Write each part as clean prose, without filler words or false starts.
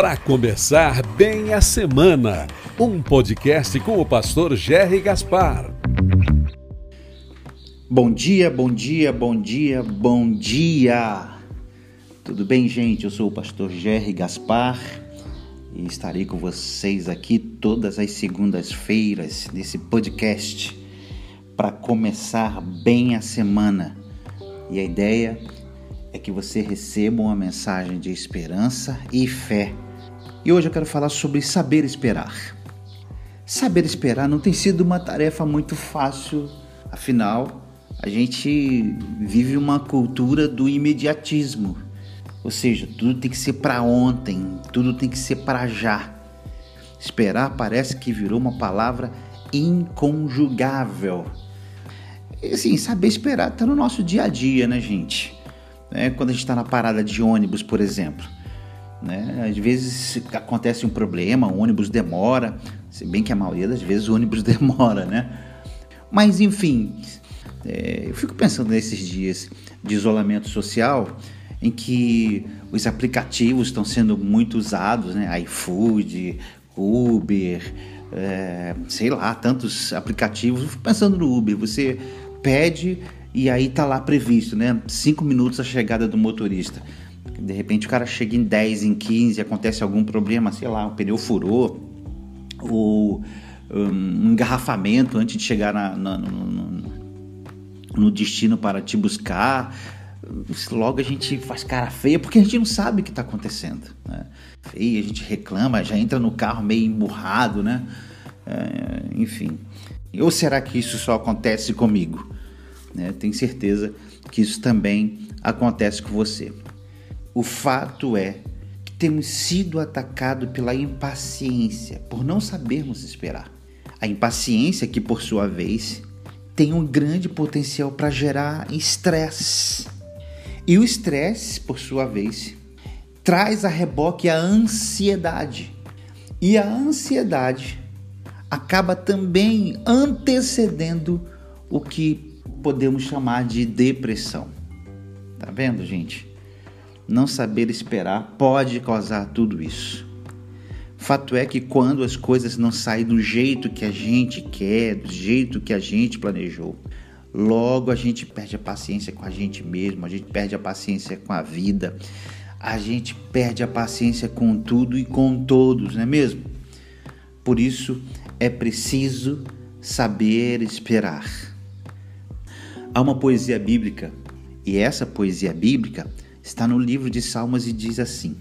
Para começar bem a semana, um podcast com o pastor Gerry Gaspar. Bom dia, bom dia, bom dia, bom dia! Tudo bem, gente? Eu sou o pastor Gerry Gaspar e estarei com vocês aqui todas as segundas-feiras nesse podcast para começar bem a semana. E a ideia é que você receba uma mensagem de esperança e fé. E hoje eu quero falar sobre saber esperar. Saber esperar não tem sido uma tarefa muito fácil, afinal, a gente vive uma cultura do imediatismo. Ou seja, tudo tem que ser para ontem, tudo tem que ser para já. Esperar parece que virou uma palavra inconjugável. E assim, saber esperar está no nosso dia a dia, né, gente? Quando a gente está na parada de ônibus, por exemplo, às vezes acontece um problema, o ônibus demora, se bem que a maioria das vezes o ônibus demora, né? Mas enfim, eu fico pensando nesses dias de isolamento social em que os aplicativos estão sendo muito usados, né? iFood, Uber, sei lá, tantos aplicativos. Eu fico pensando no Uber, você pede e aí tá lá previsto, né? 5 minutos a chegada do motorista. De repente o cara chega em 10, em 15, acontece algum problema, sei lá, o pneu furou, ou um engarrafamento antes de chegar no destino para te buscar. Logo a gente faz cara feia porque a gente não sabe o que está acontecendo, né? Feia, a gente reclama, já entra no carro meio emburrado, né? Enfim. Ou será que isso só acontece comigo? Tenho certeza que isso também acontece com você. O fato é que temos sido atacados pela impaciência, por não sabermos esperar. A impaciência que, por sua vez, tem um grande potencial para gerar estresse. E o estresse, por sua vez, traz a reboque a ansiedade. E a ansiedade acaba também antecedendo o que podemos chamar de depressão. Tá vendo, gente? Não saber esperar pode causar tudo isso. Fato é que quando as coisas não saem do jeito que a gente quer, do jeito que a gente planejou, logo a gente perde a paciência com a gente mesmo, a gente perde a paciência com a vida, a gente perde a paciência com tudo e com todos, não é mesmo? Por isso é preciso saber esperar. Há uma poesia bíblica, e essa poesia bíblica está no livro de Salmos e diz assim: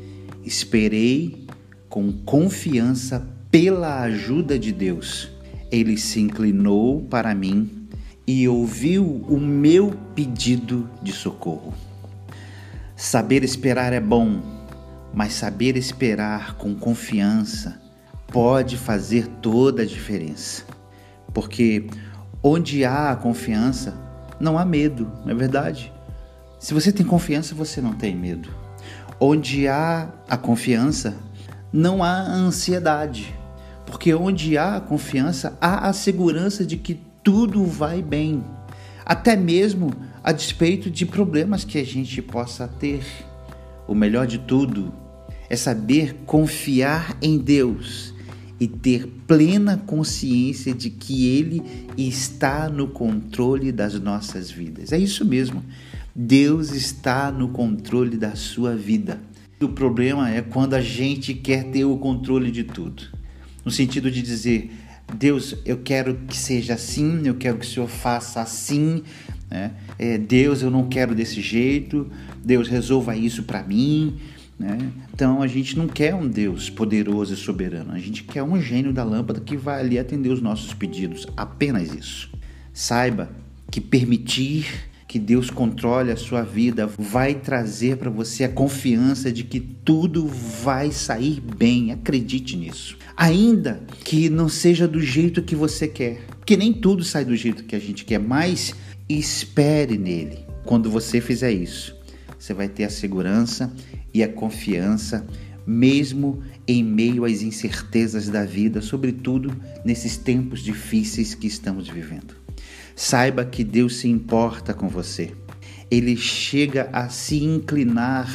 esperei com confiança pela ajuda de Deus. Ele se inclinou para mim e ouviu o meu pedido de socorro. Saber esperar é bom, mas saber esperar com confiança pode fazer toda a diferença. Porque onde há a confiança, não há medo, não é verdade? Se você tem confiança, você não tem medo. Onde há a confiança, não há ansiedade. Porque onde há a confiança, há a segurança de que tudo vai bem. Até mesmo a despeito de problemas que a gente possa ter. O melhor de tudo é saber confiar em Deus e ter plena consciência de que Ele está no controle das nossas vidas. É isso mesmo, Deus está no controle da sua vida. O problema é quando a gente quer ter o controle de tudo, no sentido de dizer: Deus, eu quero que seja assim, eu quero que o Senhor faça assim, né? Deus, eu não quero desse jeito, Deus, resolva isso para mim, né? Então a gente não quer um Deus poderoso e soberano, a gente quer um gênio da lâmpada que vai ali atender os nossos pedidos, apenas isso. Saiba que permitir que Deus controle a sua vida vai trazer para você a confiança de que tudo vai sair bem, acredite nisso. Ainda que não seja do jeito que você quer, porque nem tudo sai do jeito que a gente quer, mas espere nele. Quando você fizer isso, você vai ter a segurança e a confiança, mesmo em meio às incertezas da vida, sobretudo nesses tempos difíceis que estamos vivendo. Saiba que Deus se importa com você. Ele chega a se inclinar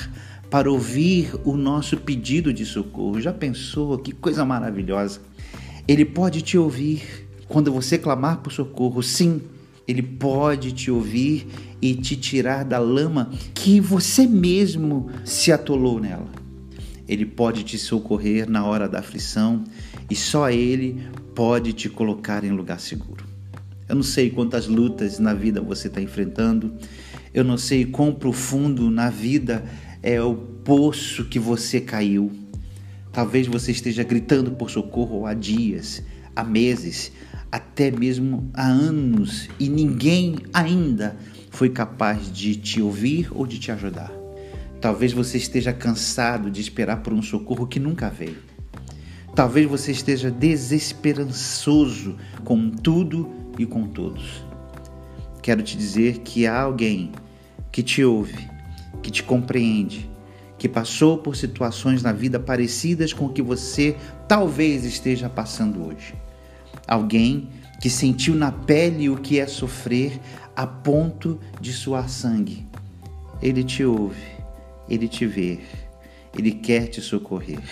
para ouvir o nosso pedido de socorro. Já pensou? Que coisa maravilhosa! Ele pode te ouvir quando você clamar por socorro. Sim, Ele pode te ouvir e te tirar da lama que você mesmo se atolou nela. Ele pode te socorrer na hora da aflição e só Ele pode te colocar em lugar seguro. Eu não sei quantas lutas na vida você está enfrentando, eu não sei quão profundo na vida é o poço que você caiu. Talvez você esteja gritando por socorro há dias, há meses, até mesmo há anos e ninguém ainda foi capaz de te ouvir ou de te ajudar. Talvez você esteja cansado de esperar por um socorro que nunca veio. Talvez você esteja desesperançoso com tudo e com todos. Quero te dizer que há alguém que te ouve, que te compreende, que passou por situações na vida parecidas com o que você talvez esteja passando hoje. Alguém que sentiu na pele o que é sofrer a ponto de suar sangue. Ele te ouve, Ele te vê, Ele quer te socorrer.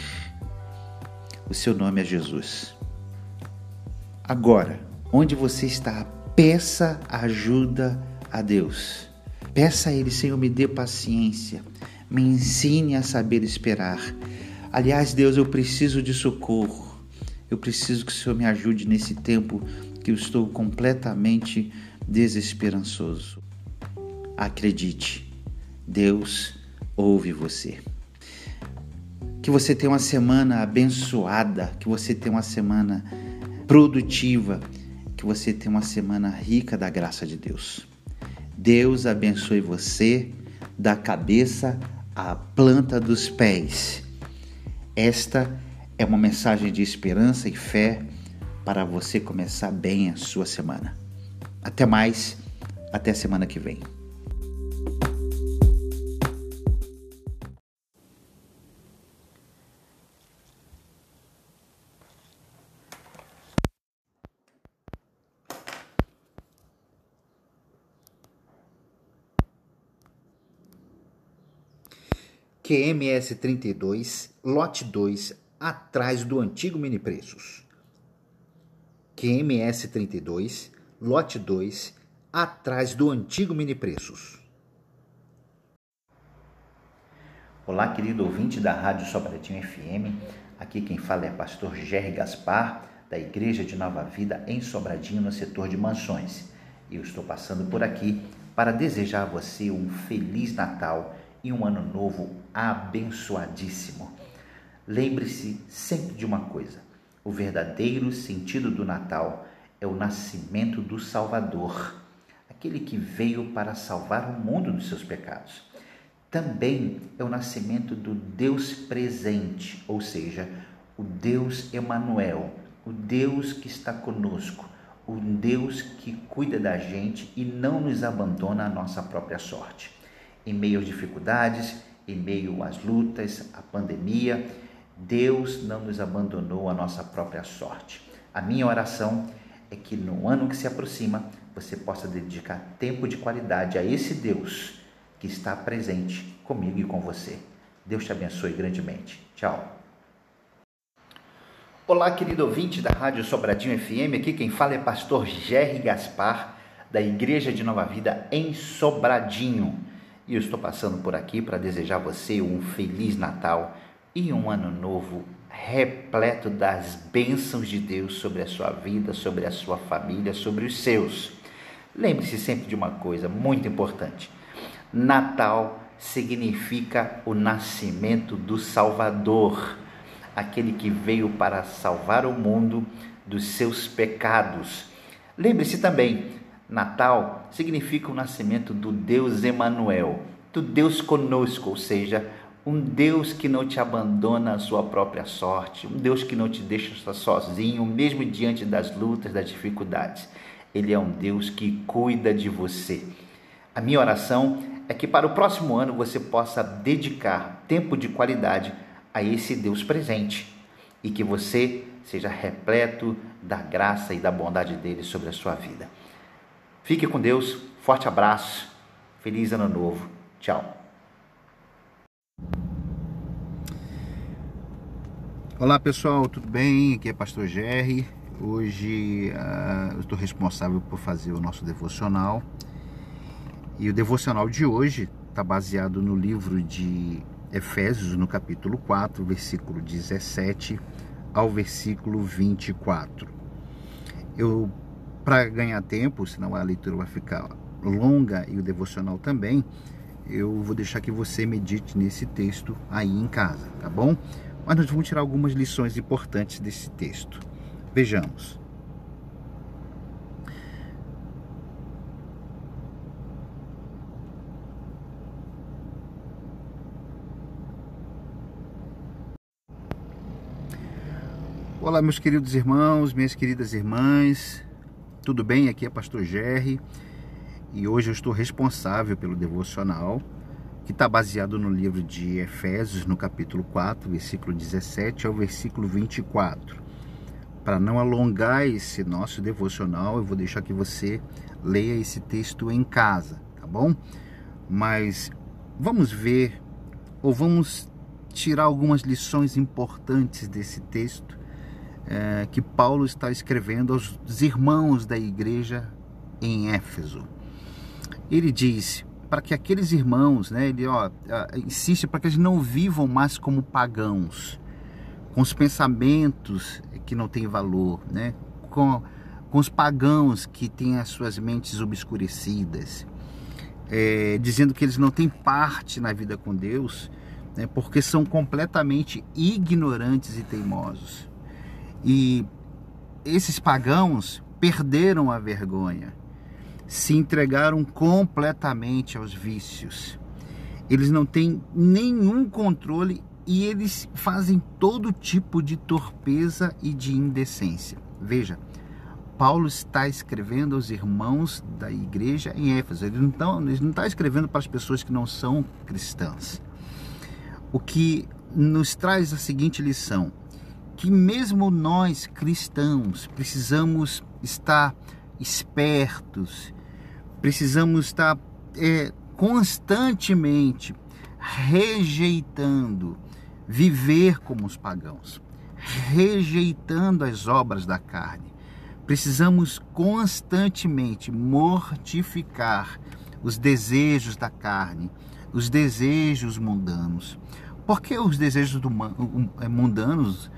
O seu nome é Jesus. Agora, onde você está, peça ajuda a Deus. Peça a Ele: Senhor, me dê paciência, me ensine a saber esperar. Aliás, Deus, eu preciso de socorro. Eu preciso que o Senhor me ajude nesse tempo que eu estou completamente desesperançoso. Acredite, Deus ouve você. Que você tenha uma semana abençoada, que você tenha uma semana produtiva, que você tenha uma semana rica da graça de Deus. Deus abençoe você da cabeça à planta dos pés. Esta é uma mensagem de esperança e fé para você começar bem a sua semana. Até mais, até a semana que vem. QMS 32, lote 2, atrás do antigo Mini Preços. QMS 32, lote 2, atrás do antigo Mini Preços. Olá, querido ouvinte da Rádio Sobradinho FM. Aqui quem fala é pastor Jerry Gaspar, da Igreja de Nova Vida em Sobradinho, no setor de Mansões. E eu estou passando por aqui para desejar a você um Feliz Natal e um Ano Novo abençoadíssimo. Lembre-se sempre de uma coisa: o verdadeiro sentido do Natal é o nascimento do Salvador, aquele que veio para salvar o mundo dos seus pecados. Também é o nascimento do Deus presente, ou seja, o Deus Emanuel, o Deus que está conosco, o Deus que cuida da gente e não nos abandona à nossa própria sorte. Em meio às dificuldades, em meio às lutas, à pandemia, Deus não nos abandonou à nossa própria sorte. A minha oração é que no ano que se aproxima, você possa dedicar tempo de qualidade a esse Deus que está presente comigo e com você. Deus te abençoe grandemente. Tchau. Olá, querido ouvinte da Rádio Sobradinho FM. Aqui quem fala é pastor Jerry Gaspar, da Igreja de Nova Vida em Sobradinho. E eu estou passando por aqui para desejar a você um Feliz Natal e um Ano Novo repleto das bênçãos de Deus sobre a sua vida, sobre a sua família, sobre os seus. Lembre-se sempre de uma coisa muito importante: Natal significa o nascimento do Salvador, aquele que veio para salvar o mundo dos seus pecados. Lembre-se também, Natal significa o nascimento do Deus Emanuel, do Deus conosco, ou seja, um Deus que não te abandona à sua própria sorte, um Deus que não te deixa sozinho, mesmo diante das lutas, das dificuldades. Ele é um Deus que cuida de você. A minha oração é que para o próximo ano você possa dedicar tempo de qualidade a esse Deus presente e que você seja repleto da graça e da bondade dele sobre a sua vida. Fique com Deus, forte abraço, feliz ano novo, tchau. Olá pessoal, tudo bem? Aqui é Pastor Jerry. Hoje eu estou responsável por fazer o nosso devocional. E o devocional de hoje está baseado no livro de Efésios, no capítulo 4, versículo 17 ao versículo 24. Para ganhar tempo, senão a leitura vai ficar longa e o devocional também, eu vou deixar que você medite nesse texto aí em casa, tá bom? Mas nós vamos tirar algumas lições importantes desse texto. Vejamos. Olá, meus queridos irmãos, minhas queridas irmãs, tudo bem? Aqui é Pastor Jerry e hoje eu estou responsável pelo devocional que está baseado no livro de Efésios, no capítulo 4, versículo 17 ao versículo 24. Para não alongar esse nosso devocional, eu vou deixar que você leia esse texto em casa, tá bom? Mas vamos ver, ou vamos tirar algumas lições importantes desse texto que Paulo está escrevendo aos irmãos da igreja em Éfeso. Ele diz para que aqueles irmãos, ele insiste para que eles não vivam mais como pagãos, com os pensamentos que não têm valor, com os pagãos que têm as suas mentes obscurecidas, dizendo que eles não têm parte na vida com Deus, porque são completamente ignorantes e teimosos. E esses pagãos perderam a vergonha, se entregaram completamente aos vícios. Eles não têm nenhum controle e eles fazem todo tipo de torpeza e de indecência. Veja, Paulo está escrevendo aos irmãos da igreja em Éfeso. Ele não está escrevendo para as pessoas que não são cristãs. O que nos traz a seguinte lição: que mesmo nós cristãos precisamos estar espertos, precisamos estar constantemente rejeitando viver como os pagãos, rejeitando as obras da carne. Precisamos constantemente mortificar os desejos da carne, os desejos mundanos. Por que os desejos mundanos?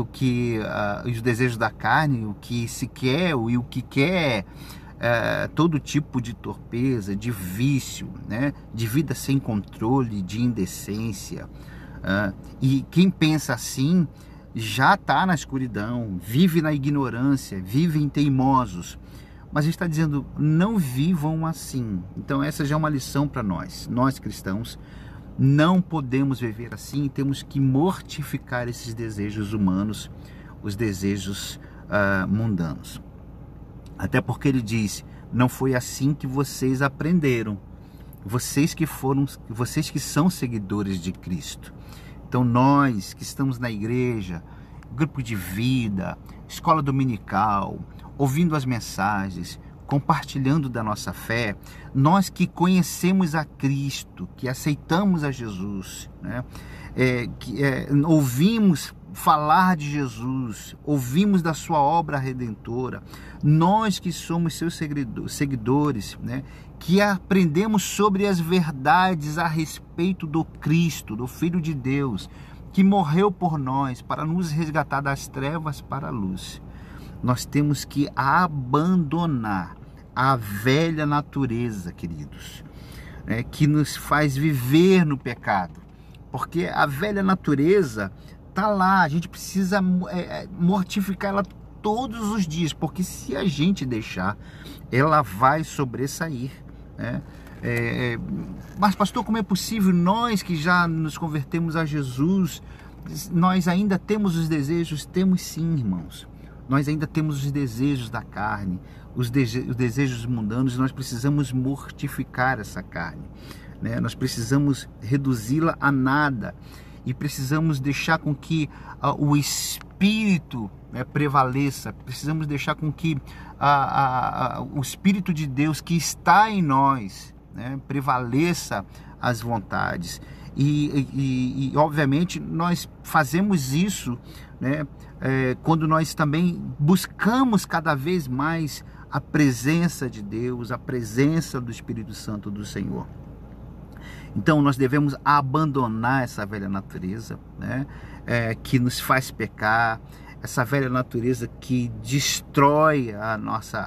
Os desejos da carne, o que se quer e o que quer, todo tipo de torpeza, de vício, de vida sem controle, de indecência. E quem pensa assim já está na escuridão, vive na ignorância, vivem teimosos. Mas ele está dizendo, não vivam assim. Então essa já é uma lição para nós cristãos. Não podemos viver assim, temos que mortificar esses desejos humanos, os desejos mundanos. Até porque ele diz, não foi assim que vocês aprenderam, vocês que são seguidores de Cristo. Então nós que estamos na igreja, grupo de vida, escola dominical, ouvindo as mensagens, compartilhando da nossa fé, nós que conhecemos a Cristo, que aceitamos a Jesus, ouvimos falar de Jesus, ouvimos da sua obra redentora, nós que somos seus seguidores, que aprendemos sobre as verdades a respeito do Cristo, do Filho de Deus, que morreu por nós para nos resgatar das trevas para a luz. Nós temos que abandonar a velha natureza, queridos, que nos faz viver no pecado, porque a velha natureza está lá, a gente precisa mortificar ela todos os dias, porque se a gente deixar, ela vai sobressair. Mas pastor, como é possível nós que já nos convertemos a Jesus, nós ainda temos os desejos? Temos sim, irmãos. Nós ainda temos os desejos da carne, os desejos mundanos, e nós precisamos mortificar essa carne, Nós precisamos reduzi-la a nada e precisamos deixar com que o Espírito prevaleça, precisamos deixar com que o Espírito de Deus que está em nós prevaleça as vontades. E obviamente nós fazemos isso, né, quando nós também buscamos cada vez mais a presença de Deus, a presença do Espírito Santo do Senhor. Então nós devemos abandonar essa velha natureza, né, que nos faz pecar, essa velha natureza que destrói a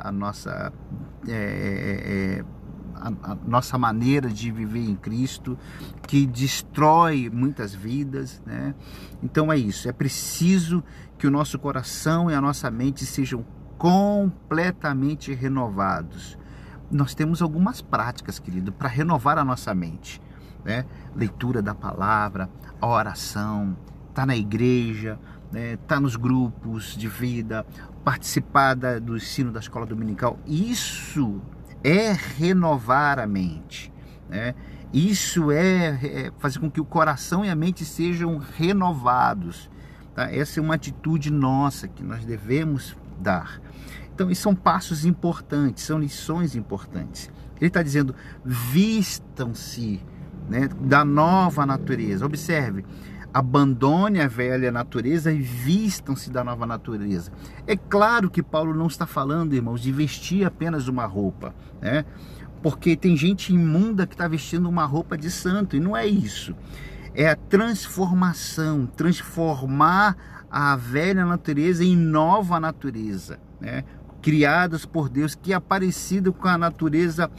nossa maneira de viver em Cristo, que destrói muitas vidas, né? Então é isso, é preciso que o nosso coração e a nossa mente sejam completamente renovados. Nós temos algumas práticas, querido, para renovar a nossa mente, né? Leitura da palavra, a oração, estar na igreja, né? Estar nos grupos de vida, participar do ensino da escola dominical. Isso é renovar a mente, né? Isso é fazer com que o coração e a mente sejam renovados, tá? Essa é uma atitude nossa que nós devemos dar. Então, isso são passos importantes, são lições importantes. Ele está dizendo, vistam-se, né, da nova natureza. Observe, abandone a velha natureza e vistam-se da nova natureza. É claro que Paulo não está falando, irmãos, de vestir apenas uma roupa, né? Porque tem gente imunda que está vestindo uma roupa de santo, e não é isso. É a transformação, transformar a velha natureza em nova natureza, né? Criados por Deus, que é parecido com a natureza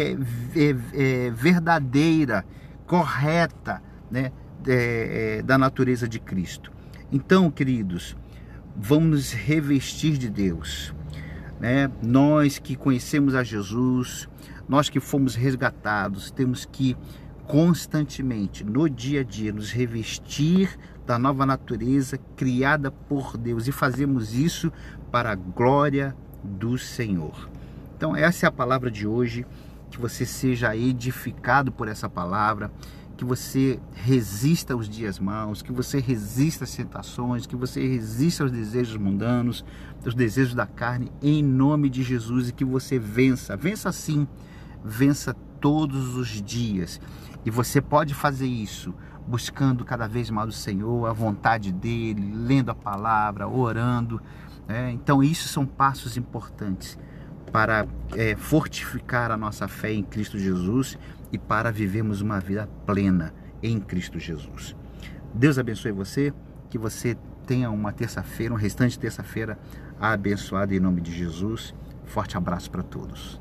verdadeira, correta, né? Da natureza de Cristo. Então, queridos, vamos nos revestir de Deus, né? Nós que conhecemos a Jesus, nós que fomos resgatados, temos que constantemente, no dia a dia, nos revestir da nova natureza criada por Deus, e fazemos isso para a glória do Senhor. Então, essa é a palavra de hoje. Que você seja edificado por essa palavra, que você resista aos dias maus, que você resista às tentações, que você resista aos desejos mundanos, aos desejos da carne, em nome de Jesus, e que você vença sim, vença todos os dias. E você pode fazer isso buscando cada vez mais o Senhor, a vontade dEle, lendo a palavra, orando, né? Então isso são passos importantes para fortificar a nossa fé em Cristo Jesus e para vivermos uma vida plena em Cristo Jesus. Deus abençoe você, que você tenha uma terça-feira, um restante de terça-feira abençoada em nome de Jesus. Forte abraço para todos.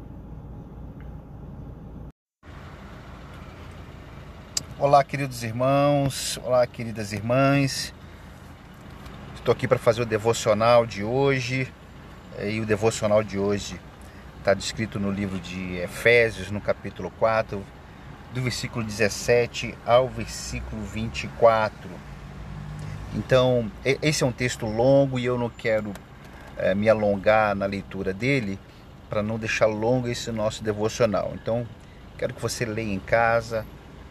Olá, queridos irmãos, olá, queridas irmãs. Estou aqui para fazer o devocional de hoje. E o devocional de hoje está descrito no livro de Efésios, no capítulo 4, do versículo 17 ao versículo 24. Então, esse é um texto longo e eu não quero me alongar na leitura dele, para não deixar longo esse nosso devocional. Então, quero que você leia em casa,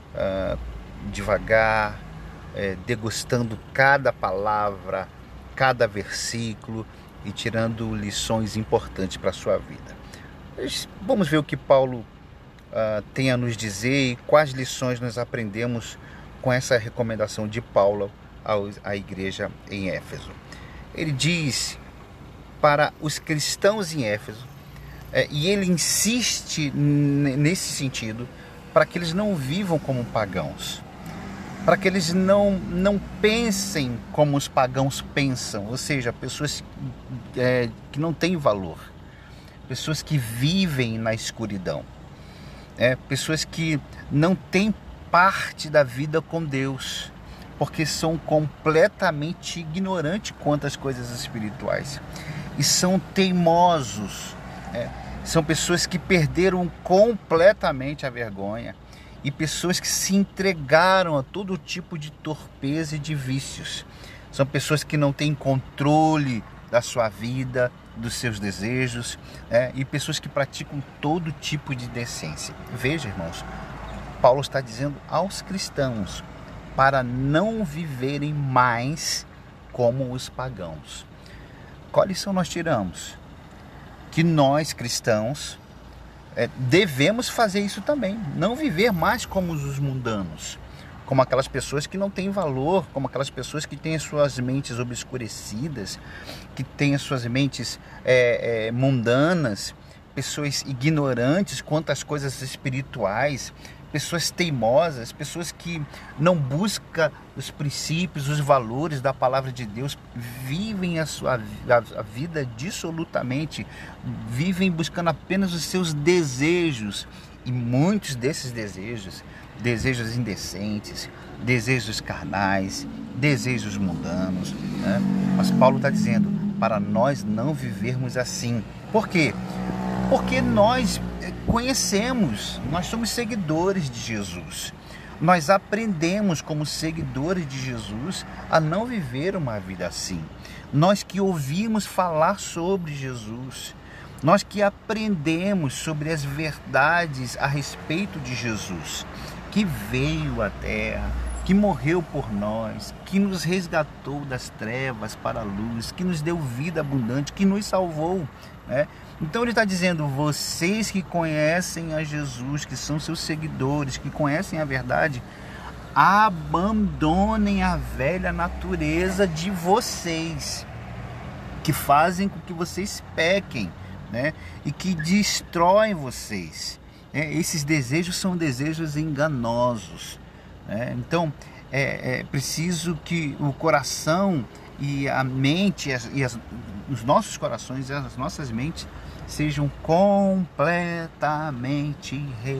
devagar, degustando cada palavra, cada versículo, e tirando lições importantes para a sua vida. Vamos ver o que Paulo tem a nos dizer e quais lições nós aprendemos com essa recomendação de Paulo à igreja em Éfeso. Ele diz para os cristãos em Éfeso, e ele insiste nesse sentido, para que eles não vivam como pagãos, para que eles não pensem como os pagãos pensam, ou seja, pessoas que não têm valor, pessoas que vivem na escuridão, pessoas que não têm parte da vida com Deus, porque são completamente ignorantes quanto às coisas espirituais, e são teimosos, são pessoas que perderam completamente a vergonha, e pessoas que se entregaram a todo tipo de torpeza e de vícios. São pessoas que não têm controle da sua vida, dos seus desejos, e pessoas que praticam todo tipo de indecência. Veja, irmãos, Paulo está dizendo aos cristãos para não viverem mais como os pagãos. Qual lição nós tiramos? Que nós, cristãos, devemos fazer isso também, não viver mais como os mundanos, como aquelas pessoas que não têm valor, como aquelas pessoas que têm as suas mentes obscurecidas, que têm as suas mentes mundanas, pessoas ignorantes quanto às coisas espirituais, pessoas teimosas, pessoas que não buscam os princípios, os valores da palavra de Deus, vivem a vida dissolutamente, vivem buscando apenas os seus desejos, e muitos desses desejos indecentes, desejos carnais, desejos mundanos, né? Mas Paulo está dizendo para nós não vivermos assim. Por quê? Porque nós conhecemos, nós somos seguidores de Jesus. Nós aprendemos como seguidores de Jesus a não viver uma vida assim. Nós que ouvimos falar sobre Jesus, nós que aprendemos sobre as verdades a respeito de Jesus, que veio à terra, que morreu por nós, que nos resgatou das trevas para a luz, que nos deu vida abundante, que nos salvou, né? Então ele está dizendo, vocês que conhecem a Jesus, que são seus seguidores, que conhecem a verdade, abandonem a velha natureza de vocês, que fazem com que vocês pequem, né? E que destroem vocês. Esses desejos são desejos enganosos, né? Então é preciso que o coração e a mente os nossos corações e as nossas mentes sejam completamente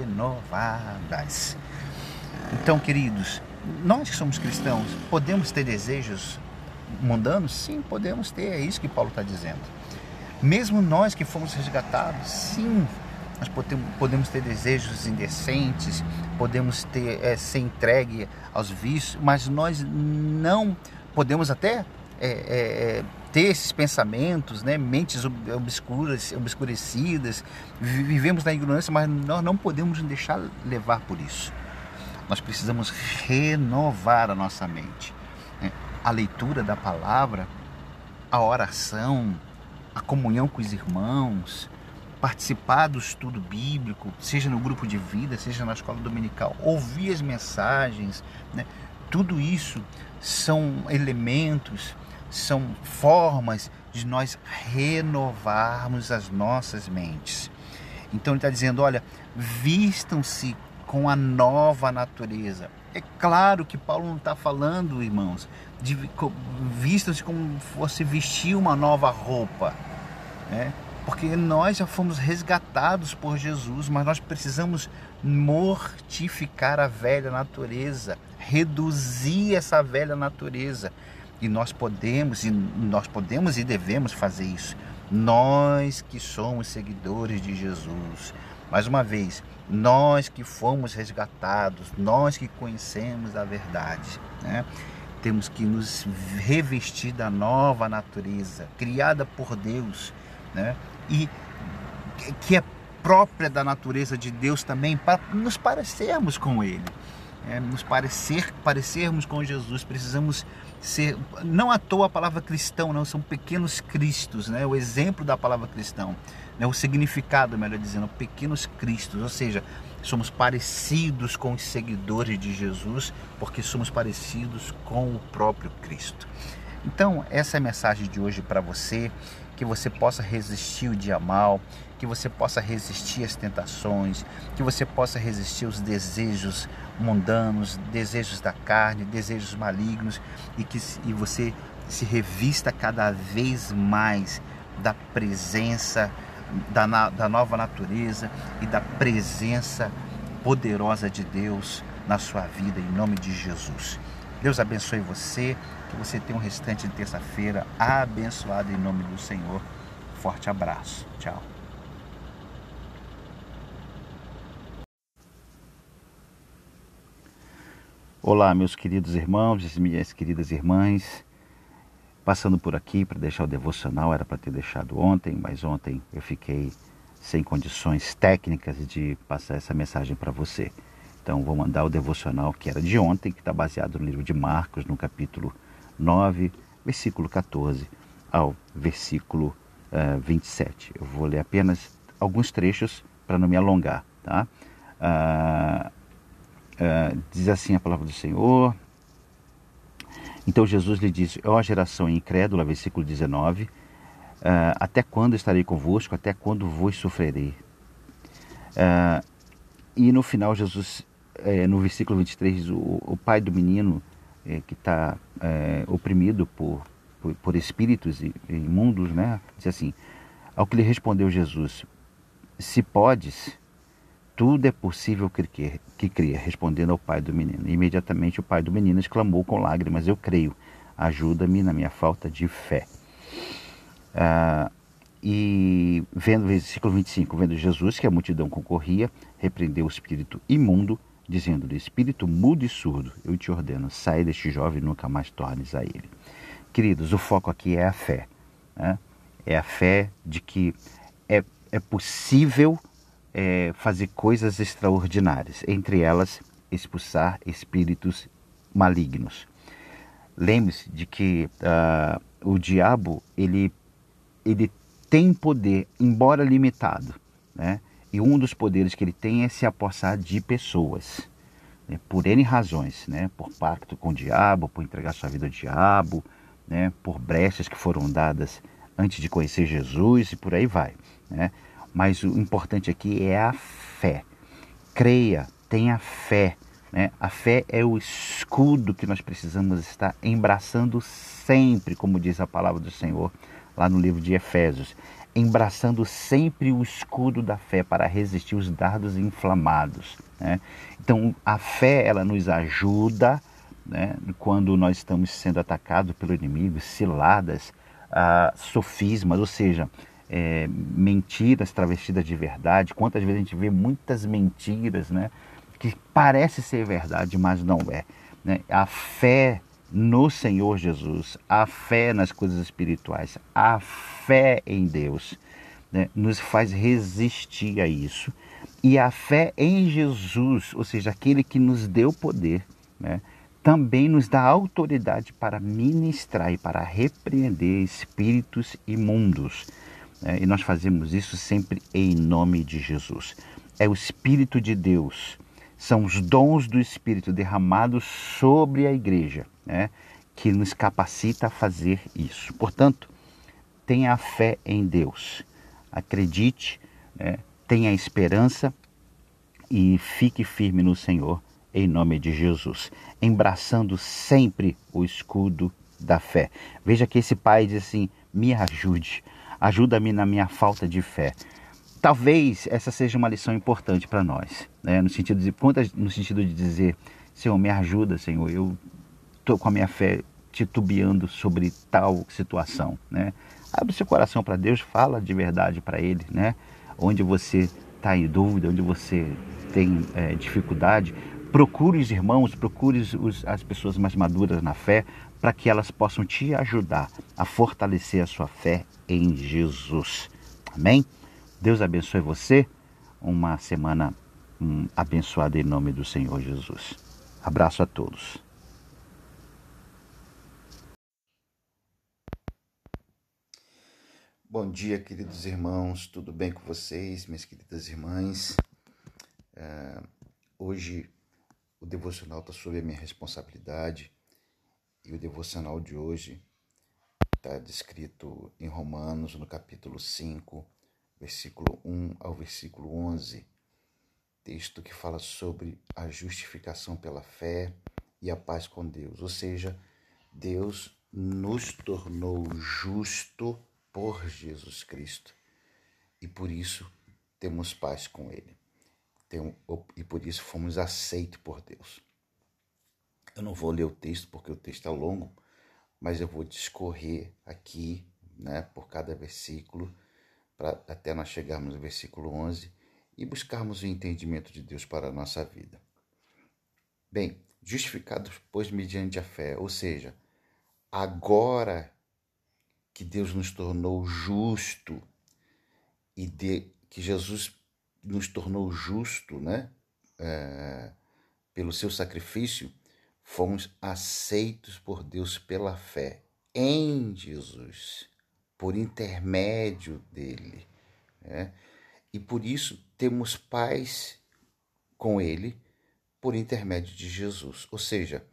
renovadas. Então, queridos, nós que somos cristãos, podemos ter desejos mundanos? Sim, podemos ter, é isso que Paulo está dizendo. Mesmo nós que fomos resgatados, sim, nós podemos ter desejos indecentes, podemos ser entregue aos vícios, mas nós não podemos até ter esses pensamentos, né? Mentes obscurecidas, vivemos na ignorância, mas nós não podemos nos deixar levar por isso. Nós precisamos renovar a nossa mente, né? A leitura da palavra, a oração, a comunhão com os irmãos, participar do estudo bíblico, seja no grupo de vida, seja na escola dominical, ouvir as mensagens, né? Tudo isso são elementos, são formas de nós renovarmos as nossas mentes. Então ele está dizendo, olha, vistam-se com a nova natureza. É claro que Paulo não está falando, irmãos, de vistam-se como fosse vestir uma nova roupa, né? Porque nós já fomos resgatados por Jesus, mas nós precisamos mortificar a velha natureza, reduzir essa velha natureza. E nós podemos e devemos fazer isso. Nós que somos seguidores de Jesus. Mais uma vez, nós que fomos resgatados, nós que conhecemos a verdade, né? Temos que nos revestir da nova natureza, criada por Deus, né? E que é própria da natureza de Deus também, para nos parecermos com Ele. Nos parecermos com Jesus, precisamos ser, não à toa a palavra cristão, não, são pequenos cristos, né? O exemplo da palavra cristão, né? O significado, melhor dizendo, pequenos cristos, ou seja, somos parecidos com os seguidores de Jesus, porque somos parecidos com o próprio Cristo. Então, essa é a mensagem de hoje para você, que você possa resistir o dia mal, que você possa resistir às tentações, que você possa resistir aos desejos mundanos, desejos da carne, desejos malignos, e você se revista cada vez mais da presença da nova natureza e da presença poderosa de Deus na sua vida, em nome de Jesus. Deus abençoe você, que você tenha um restante de terça-feira abençoado em nome do Senhor. Forte abraço. Tchau. Olá, meus queridos irmãos e minhas queridas irmãs. Passando por aqui para deixar o devocional, era para ter deixado ontem, mas ontem eu fiquei sem condições técnicas de passar essa mensagem para você. Então vou mandar o devocional que era de ontem, que está baseado no livro de Marcos, no capítulo 9, versículo 14 ao versículo 27. Eu vou ler apenas alguns trechos para não me alongar, tá? Diz assim a palavra do Senhor. Então Jesus lhe disse: ó geração incrédula, versículo 19, até quando estarei convosco? Até quando vos sofrerei? E no final Jesus, no versículo 23, o pai do menino que está oprimido por espíritos imundos, né, diz assim: ao que lhe respondeu Jesus: se podes, tudo é possível que cria, respondendo ao pai do menino. E imediatamente o pai do menino exclamou com lágrimas: eu creio, ajuda-me na minha falta de fé. E vendo, versículo 25, vendo Jesus que a multidão concorria, repreendeu o espírito imundo, dizendo-lhe: espírito mudo e surdo, eu te ordeno, sai deste jovem e nunca mais tornes a ele. Queridos, o foco aqui é a fé, né? É a fé de que é possível fazer coisas extraordinárias, entre elas expulsar espíritos malignos. Lembre-se de que o diabo ele tem poder, embora limitado, né? E um dos poderes que ele tem é se apossar de pessoas, né? Por N razões, né? Por pacto com o diabo, por entregar sua vida ao diabo, né? Por brechas que foram dadas antes de conhecer Jesus e por aí vai, né? Mas o importante aqui é a fé. Creia, tenha fé, né? A fé é o escudo que nós precisamos estar embraçando sempre, como diz a palavra do Senhor lá no livro de Efésios, embraçando sempre o escudo da fé para resistir os dardos inflamados, né? Então a fé ela nos ajuda, né, quando nós estamos sendo atacados pelo inimigo, ciladas, sofismas, ou seja, mentiras travestidas de verdade. Quantas vezes a gente vê muitas mentiras, né, que parece ser verdade, mas não é, né? A fé no Senhor Jesus, a fé nas coisas espirituais, a fé em Deus, né, nos faz resistir a isso. E a fé em Jesus, ou seja, aquele que nos deu poder, né, também nos dá autoridade para ministrar e para repreender espíritos imundos. E nós fazemos isso sempre em nome de Jesus. É o Espírito de Deus, são os dons do Espírito derramados sobre a igreja, né, que nos capacita a fazer isso. Portanto, tenha fé em Deus, acredite, né, tenha esperança e fique firme no Senhor, em nome de Jesus, embraçando sempre o escudo da fé. Veja que esse pai diz assim: me ajude, ajuda-me na minha falta de fé. Talvez essa seja uma lição importante para nós, né? No sentido de dizer: Senhor, me ajuda, Senhor, eu estou com a minha fé titubeando sobre tal situação, né? Abre seu coração para Deus, fala de verdade para Ele, né? Onde você está em dúvida, onde você tem dificuldade, procure os irmãos, procure as pessoas mais maduras na fé, para que elas possam te ajudar a fortalecer a sua fé em Jesus. Amém? Deus abençoe você. Uma semana abençoada em nome do Senhor Jesus. Abraço a todos. Bom dia, queridos irmãos, tudo bem com vocês, minhas queridas irmãs? Hoje o devocional está sob a minha responsabilidade e o devocional de hoje está descrito em Romanos, no capítulo 5, versículo 1 ao versículo 11, texto que fala sobre a justificação pela fé e a paz com Deus, ou seja, Deus nos tornou justo por Jesus Cristo e por isso temos paz com Ele e por isso fomos aceitos por Deus. Eu não vou ler o texto porque o texto é longo, mas eu vou discorrer aqui, né, por cada versículo até nós chegarmos no versículo 11 e buscarmos o entendimento de Deus para a nossa vida. Bem, justificados, pois, mediante a fé, ou seja, agora que Deus nos tornou justo e que Jesus nos tornou justo, né? Pelo seu sacrifício, fomos aceitos por Deus pela fé em Jesus, por intermédio dele, né? E por isso temos paz com ele, por intermédio de Jesus. Ou seja,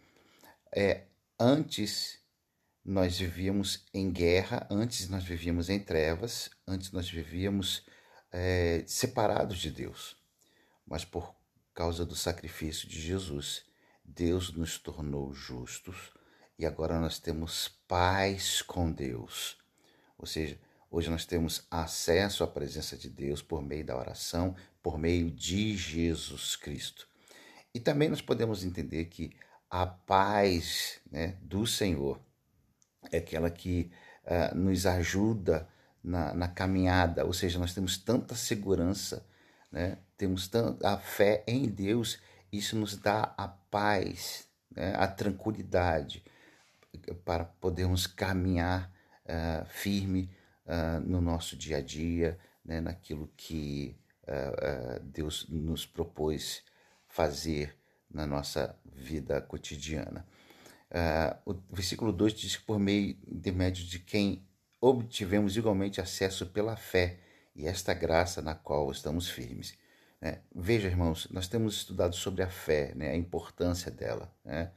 antes nós vivíamos em guerra, antes nós vivíamos em trevas, antes nós vivíamos separados de Deus. Mas por causa do sacrifício de Jesus, Deus nos tornou justos e agora nós temos paz com Deus. Ou seja, hoje nós temos acesso à presença de Deus por meio da oração, por meio de Jesus Cristo. E também nós podemos entender que a paz, né, do Senhor é aquela que nos ajuda na caminhada, ou seja, nós temos tanta segurança, né, temos a fé em Deus, isso nos dá a paz, né, a tranquilidade para podermos caminhar firme no nosso dia a dia, né, naquilo que Deus nos propôs fazer na nossa vida cotidiana. O versículo 2 diz que por meio intermédio de quem obtivemos igualmente acesso pela fé e esta graça na qual estamos firmes. Veja, irmãos, nós temos estudado sobre a fé, né, a importância dela. Né?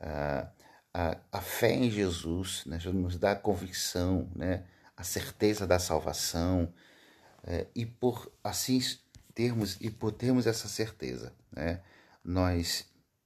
A fé em Jesus, né, nos dá a convicção, né, a certeza da salvação, e por assim termos essa certeza, né, nós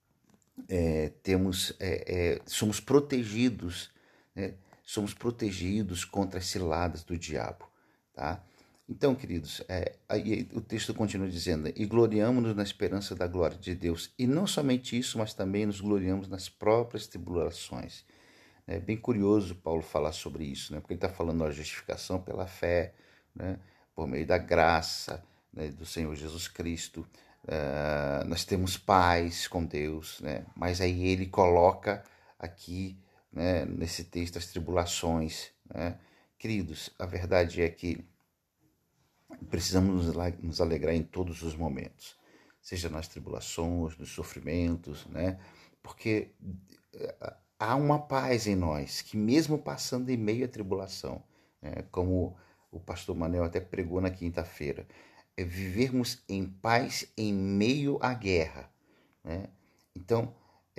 somos protegidos, né, somos protegidos contra as ciladas do diabo, tá? Então, queridos, aí o texto continua dizendo: e gloriamo-nos na esperança da glória de Deus. E não somente isso, mas também nos gloriamos nas próprias tribulações. É bem curioso Paulo falar sobre isso, né? Porque ele está falando da justificação pela fé, né? Por meio da graça, né, do Senhor Jesus Cristo. Nós temos paz com Deus, né? Mas aí ele coloca aqui, né, nesse texto as tribulações, né? Queridos, a verdade é que precisamos nos alegrar em todos os momentos, seja nas tribulações, nos sofrimentos, né? Porque há uma paz em nós que, mesmo passando em meio à tribulação, né, como o pastor Manel até pregou na quinta-feira, vivermos em paz em meio à guerra, né? Então,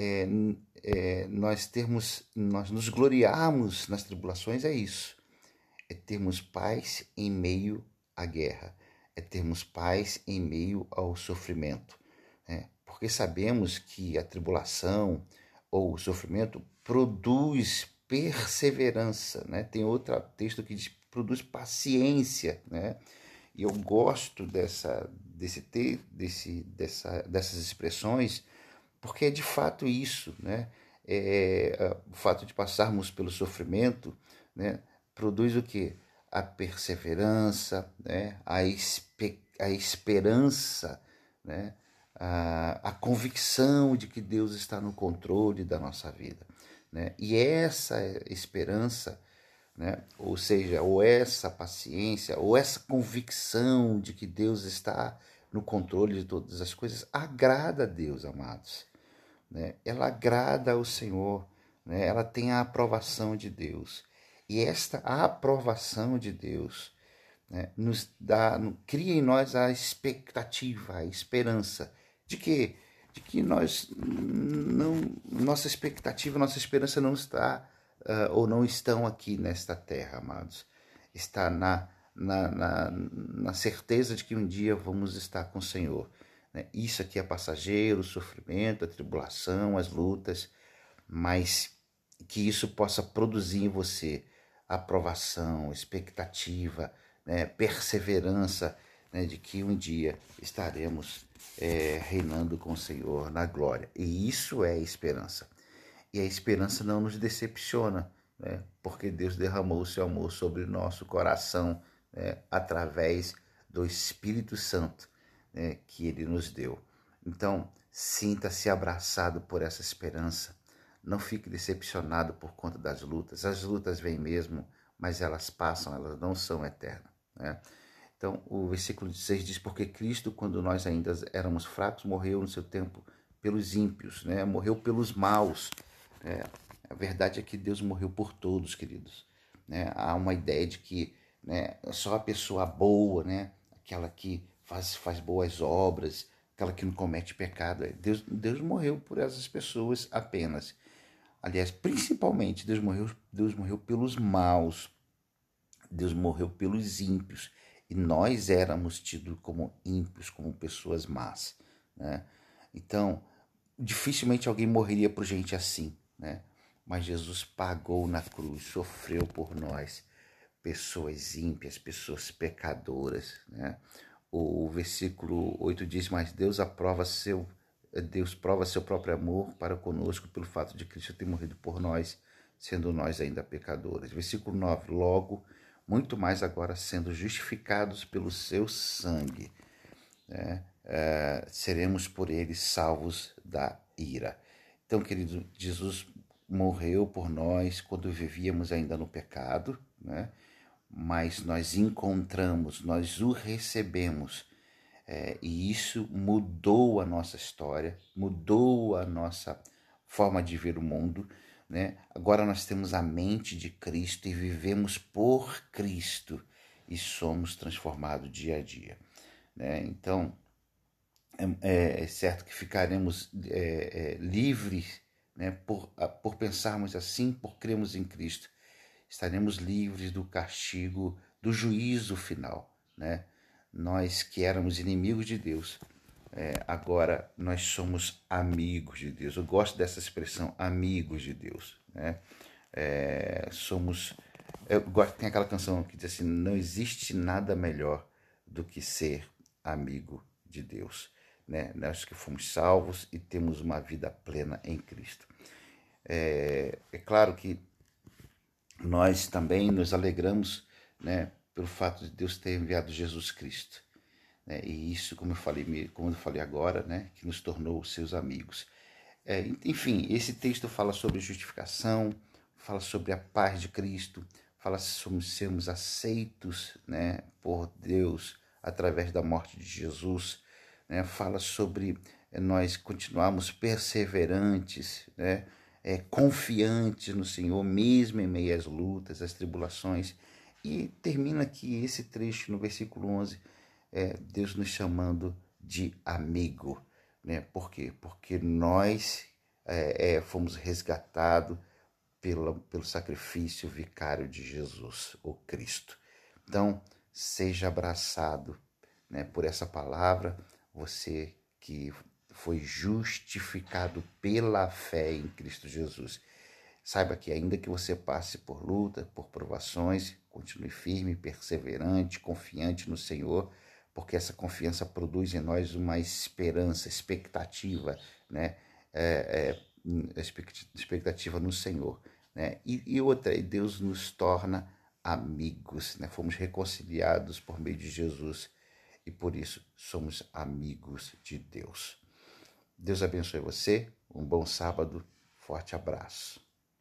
nós nos gloriarmos nas tribulações, é isso, é termos paz em meio à guerra, é termos paz em meio ao sofrimento, né? Porque sabemos que a tribulação ou o sofrimento produz perseverança, né? Tem outro texto que diz produz paciência, né? E eu gosto dessas expressões, porque é de fato isso, né? O fato de passarmos pelo sofrimento, né, produz o quê? A perseverança, né? A esperança, né? A convicção de que Deus está no controle da nossa vida, né? E essa esperança, né, ou seja, ou essa paciência, ou essa convicção de que Deus está no controle de todas as coisas, agrada a Deus, amados, né? Ela agrada ao Senhor, né? Ela tem a aprovação de Deus. E esta aprovação de Deus, né, cria em nós a expectativa, a esperança de quê? De que nossa expectativa, nossa esperança não está ou não estão aqui nesta terra, amados. Está na certeza de que um dia vamos estar com o Senhor, né? Isso aqui é passageiro, o sofrimento, a tribulação, as lutas, mas que isso possa produzir em você aprovação, expectativa, né, perseverança, né, de que um dia estaremos reinando com o Senhor na glória. E isso é esperança. E a esperança não nos decepciona, né, porque Deus derramou o seu amor sobre o nosso coração, né, através do Espírito Santo, né, que Ele nos deu. Então, sinta-se abraçado por essa esperança. Não fique decepcionado por conta das lutas. As lutas vêm mesmo, mas elas passam, elas não são eternas, né? Então, o versículo 16 diz: porque Cristo, quando nós ainda éramos fracos, morreu no seu tempo pelos ímpios, né? Morreu pelos maus. A verdade é que Deus morreu por todos, queridos, né? Há uma ideia de que, né, só a pessoa boa, né, aquela que faz boas obras, aquela que não comete pecado. Deus morreu por essas pessoas apenas. Aliás, principalmente, Deus morreu pelos maus. Deus morreu pelos ímpios. E nós éramos tidos como ímpios, como pessoas más, né? Então, dificilmente alguém morreria por gente assim, né? Mas Jesus pagou na cruz, sofreu por nós, pessoas ímpias, pessoas pecadoras, né? O versículo 8 diz: mas Deus prova seu próprio amor para conosco pelo fato de Cristo ter morrido por nós, sendo nós ainda pecadores. Versículo 9: logo, muito mais agora sendo justificados pelo seu sangue, né? Seremos por ele salvos da ira. Então, querido, Jesus morreu por nós quando vivíamos ainda no pecado, né? Mas nós encontramos, nós o recebemos, e isso mudou a nossa história, mudou a nossa forma de ver o mundo, né? Agora nós temos a mente de Cristo e vivemos por Cristo e somos transformados dia a dia, né? Então, é certo que ficaremos livres, né? Por pensarmos assim, por crermos em Cristo. Estaremos livres do castigo, do juízo final, né? Nós que éramos inimigos de Deus, agora nós somos amigos de Deus. Eu gosto dessa expressão, amigos de Deus, né? Tem aquela canção que diz assim: não existe nada melhor do que ser amigo de Deus, né? Nós que fomos salvos e temos uma vida plena em Cristo. É claro que nós também nos alegramos, né, pelo fato de Deus ter enviado Jesus Cristo, né? E isso, como eu falei agora, né, que nos tornou seus amigos. Enfim, esse texto fala sobre justificação, fala sobre a paz de Cristo, fala sobre sermos aceitos, né, por Deus através da morte de Jesus, né? Fala sobre nós continuarmos perseverantes, né? Confiantes no Senhor, mesmo em meio às lutas, às tribulações. E termina aqui esse trecho no versículo 11, Deus nos chamando de amigo, né? Por quê? Porque nós fomos resgatados pelo sacrifício vicário de Jesus, o Cristo. Então, seja abraçado, né, por essa palavra, você que foi justificado pela fé em Cristo Jesus. Saiba que ainda que você passe por luta, por provações, continue firme, perseverante, confiante no Senhor, porque essa confiança produz em nós uma esperança, expectativa, né? Expectativa no Senhor, né? E outra, Deus nos torna amigos, né? Fomos reconciliados por meio de Jesus e por isso somos amigos de Deus. Deus abençoe você, um bom sábado, forte abraço.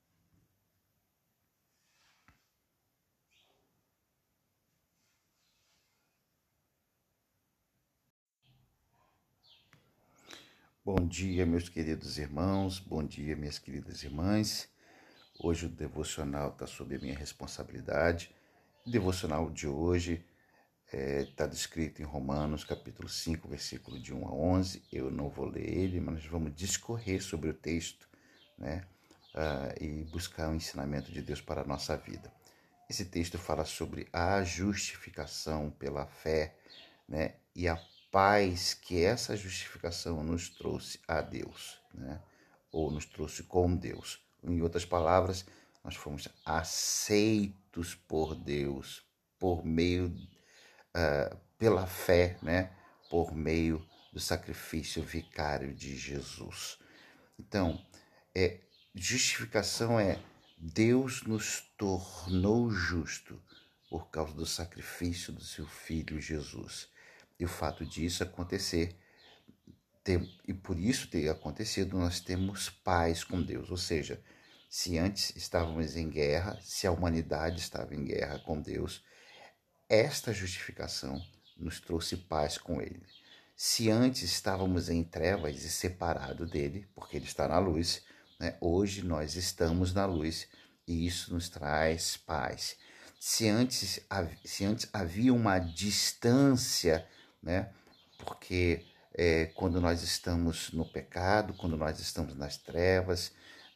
Bom dia, meus queridos irmãos, bom dia, minhas queridas irmãs. Hoje o devocional está sob a minha responsabilidade. O devocional de hoje está descrito em Romanos, capítulo 5, versículo de 1 a 11. Eu não vou ler ele, mas nós vamos discorrer sobre o texto, né? E buscar o ensinamento de Deus para a nossa vida. Esse texto fala sobre a justificação pela fé, né? E a paz que essa justificação nos trouxe a Deus, né? Ou nos trouxe com Deus. Em outras palavras, nós fomos aceitos por Deus por meio pela fé, né? Por meio do sacrifício vicário de Jesus. Então, justificação Deus nos tornou justo por causa do sacrifício do seu Filho Jesus. E o fato disso acontecer, e por isso ter acontecido, nós temos paz com Deus. Ou seja, se antes estávamos em guerra, se a humanidade estava em guerra com Deus, esta justificação nos trouxe paz com Ele. Se antes estávamos em trevas e separados dele, porque Ele está na luz, né? Hoje nós estamos na luz e isso nos traz paz. Se antes havia uma distância, né? Porque quando nós estamos no pecado, quando nós estamos nas trevas,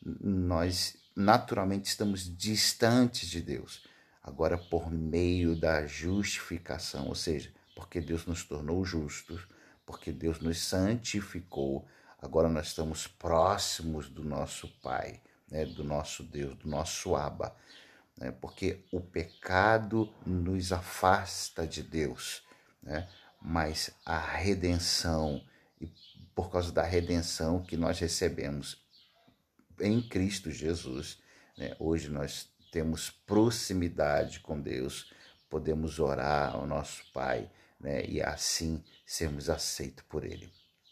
nós naturalmente estamos distantes de Deus. Agora, por meio da justificação, ou seja, porque Deus nos tornou justos, porque Deus nos santificou, agora nós estamos próximos do nosso Pai, né, do nosso Deus, do nosso Abba, né, porque o pecado nos afasta de Deus, né, mas a redenção, e por causa da redenção que nós recebemos em Cristo Jesus, né, hoje nós temos proximidade com Deus, podemos orar ao nosso Pai, né, e assim sermos aceitos por Ele.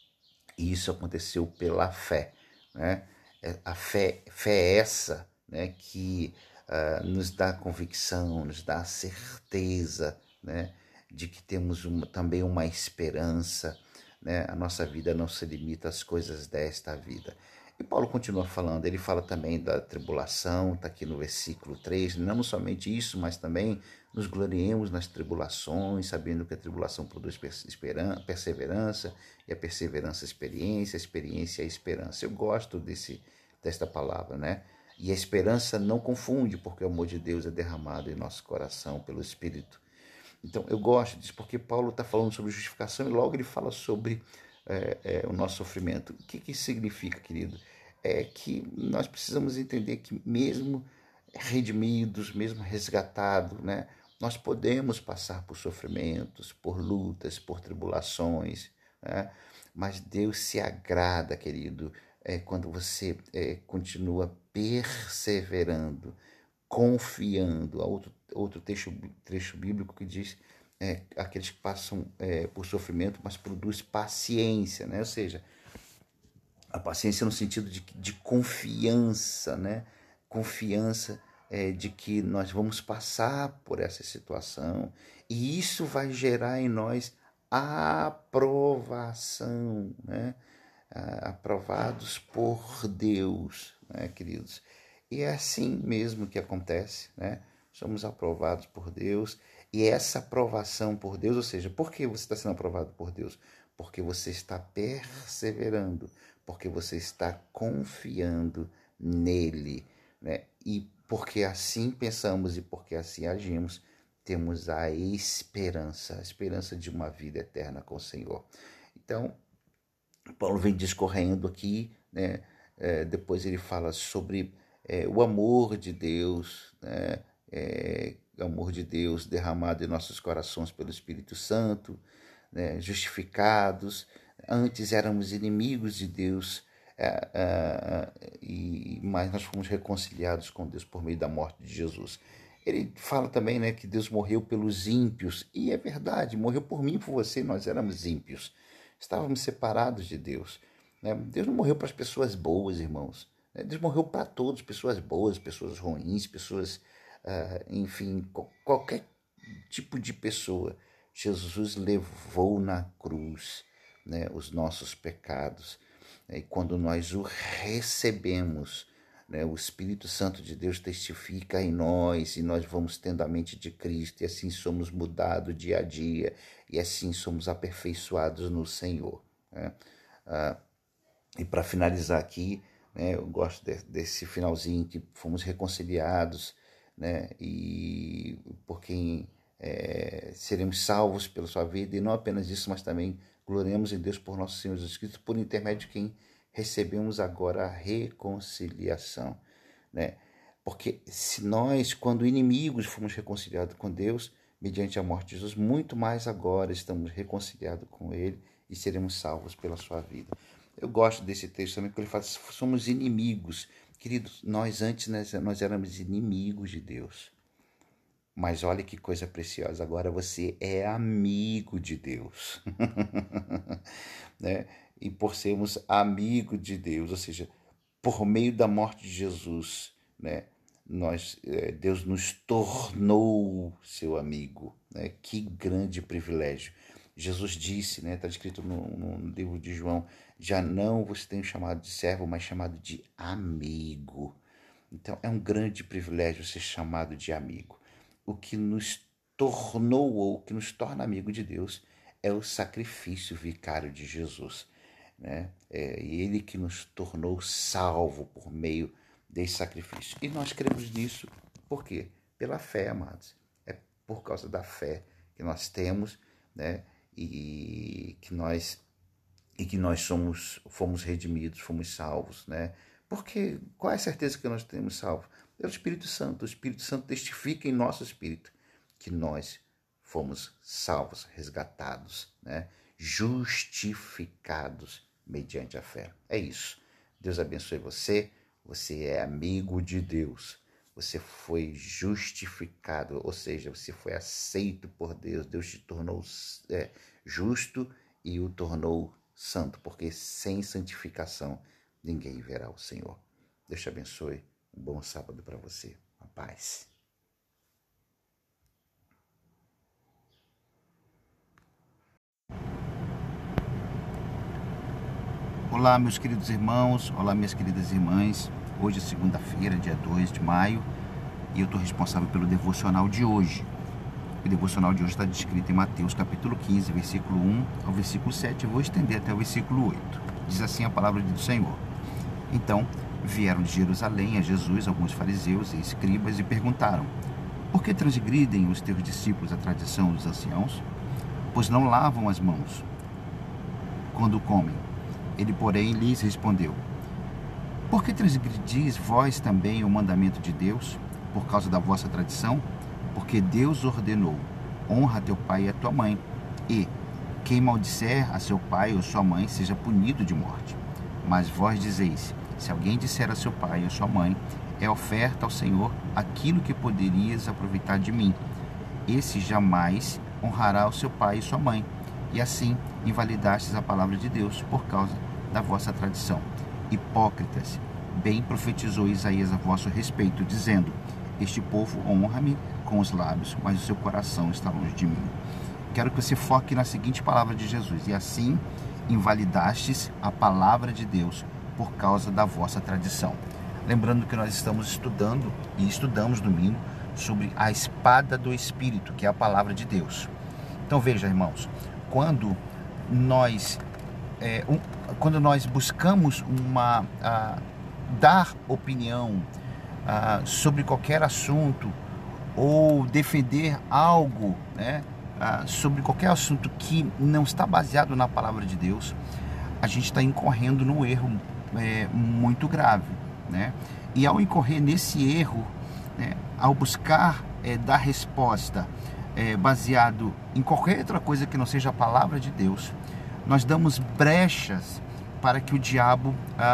E isso aconteceu pela fé, né? A fé é essa, né, que nos dá convicção, nos dá certeza, né, de que temos também uma esperança, né? A nossa vida não se limita às coisas desta vida. E Paulo continua falando, ele fala também da tribulação, está aqui no versículo 3, não somente isso, mas também nos gloriemos nas tribulações, sabendo que a tribulação produz perseverança, e a perseverança experiência, a experiência é esperança. Eu gosto desta palavra, né? E a esperança não confunde, porque o amor de Deus é derramado em nosso coração pelo Espírito. Então, eu gosto disso, porque Paulo está falando sobre justificação e logo ele fala sobre o nosso sofrimento. O que isso significa, querido? É que nós precisamos entender que mesmo redimidos, mesmo resgatados, né, nós podemos passar por sofrimentos, por lutas, por tribulações, né? Mas Deus se agrada, querido, quando você continua perseverando, confiando. Há outro trecho bíblico que diz aqueles que passam por sofrimento, mas produz paciência, né? Ou seja, a paciência no sentido de confiança, né? Confiança de que nós vamos passar por essa situação e isso vai gerar em nós aprovação, né? Aprovados por Deus, né, queridos? E é assim mesmo que acontece, né? Somos aprovados por Deus e essa aprovação por Deus, ou seja, por que você está sendo aprovado por Deus? Porque você está perseverando, porque você está confiando nele, né? E porque assim pensamos e porque assim agimos, temos a esperança de uma vida eterna com o Senhor. Então, Paulo vem discorrendo aqui, né? Depois ele fala sobre o amor de Deus, né? O amor de Deus derramado em nossos corações pelo Espírito Santo, né? Justificados. Antes éramos inimigos de Deus, mas nós fomos reconciliados com Deus por meio da morte de Jesus. Ele fala também, né, que Deus morreu pelos ímpios, e é verdade, morreu por mim e por você, nós éramos ímpios. Estávamos separados de Deus, né? Deus não morreu para as pessoas boas, irmãos. Deus morreu para todos, pessoas boas, pessoas ruins, pessoas, enfim, qualquer tipo de pessoa. Jesus levou na cruz, né, os nossos pecados. E quando nós o recebemos, né, o Espírito Santo de Deus testifica em nós e nós vamos tendo a mente de Cristo e assim somos mudados dia a dia e assim somos aperfeiçoados no Senhor, né? E para finalizar aqui, né, eu gosto desse finalzinho que fomos reconciliados, né, e por quem seremos salvos pela sua vida, e não apenas isso, mas também gloriamos em Deus por nosso Senhor Jesus Cristo, por intermédio de quem recebemos agora a reconciliação, né? Porque se nós, quando inimigos, fomos reconciliados com Deus, mediante a morte de Jesus, muito mais agora estamos reconciliados com Ele e seremos salvos pela sua vida. Eu gosto desse texto também, porque ele fala, somos inimigos. Queridos, nós antes nós éramos inimigos de Deus. Mas olha que coisa preciosa, agora você é amigo de Deus. Né? E por sermos amigos de Deus, ou seja, por meio da morte de Jesus, né, Deus nos tornou seu amigo. Né? Que grande privilégio. Jesus disse, né, está escrito no livro de João, já não vos tenho chamado de servo, mas chamado de amigo. Então é um grande privilégio ser chamado de amigo. O que nos tornou ou o que nos torna amigo de Deus é o sacrifício vicário de Jesus, né? E Ele que nos tornou salvo por meio desse sacrifício. E nós cremos nisso, por quê? Pela fé, amados. É por causa da fé que nós temos, né? E que nós fomos redimidos, fomos salvos, né? Porque qual é a certeza que nós temos salvo? Pelo Espírito Santo. O Espírito Santo testifica em nosso espírito que nós fomos salvos, resgatados, né? Justificados mediante a fé. É isso. Deus abençoe você. Você é amigo de Deus. Você foi justificado, ou seja, você foi aceito por Deus. Deus te tornou justo e o tornou santo, porque sem santificação ninguém verá o Senhor. Deus te abençoe. Um bom sábado para você. A paz. Olá, meus queridos irmãos. Olá, minhas queridas irmãs. Hoje é segunda-feira, dia 2 de maio, e eu estou responsável pelo devocional de hoje. O devocional de hoje está descrito em Mateus capítulo 15, versículo 1 ao versículo 7. Eu vou estender até o versículo 8. Diz assim a palavra do Senhor. Então vieram de Jerusalém a Jesus alguns fariseus e escribas e perguntaram: por que transgridem os teus discípulos a tradição dos anciãos? Pois não lavam as mãos quando comem. Ele, porém, lhes respondeu: por que transgredis vós também o mandamento de Deus, por causa da vossa tradição? Porque Deus ordenou: honra teu pai e a tua mãe, e quem maldisser a seu pai ou sua mãe seja punido de morte. Mas vós dizeis: se alguém disser a seu pai ou sua mãe, é oferta ao Senhor aquilo que poderias aproveitar de mim. Esse jamais honrará o seu pai e sua mãe, e assim invalidastes a palavra de Deus por causa da vossa tradição. Hipócritas, bem profetizou Isaías a vosso respeito, dizendo: este povo honra-me com os lábios, mas o seu coração está longe de mim. Quero que você foque na seguinte palavra de Jesus: e assim invalidastes a palavra de Deus por causa da vossa tradição. Lembrando que nós estamos estudando e estudamos domingo sobre a espada do Espírito, que é a palavra de Deus. Então veja, irmãos, quando nós buscamos dar opinião sobre qualquer assunto ou defender algo, né, sobre qualquer assunto que não está baseado na palavra de Deus, a gente está incorrendo num erro muito grave, né? E ao incorrer nesse erro, né, ao buscar dar resposta baseado em qualquer outra coisa que não seja a palavra de Deus, nós damos brechas para que o diabo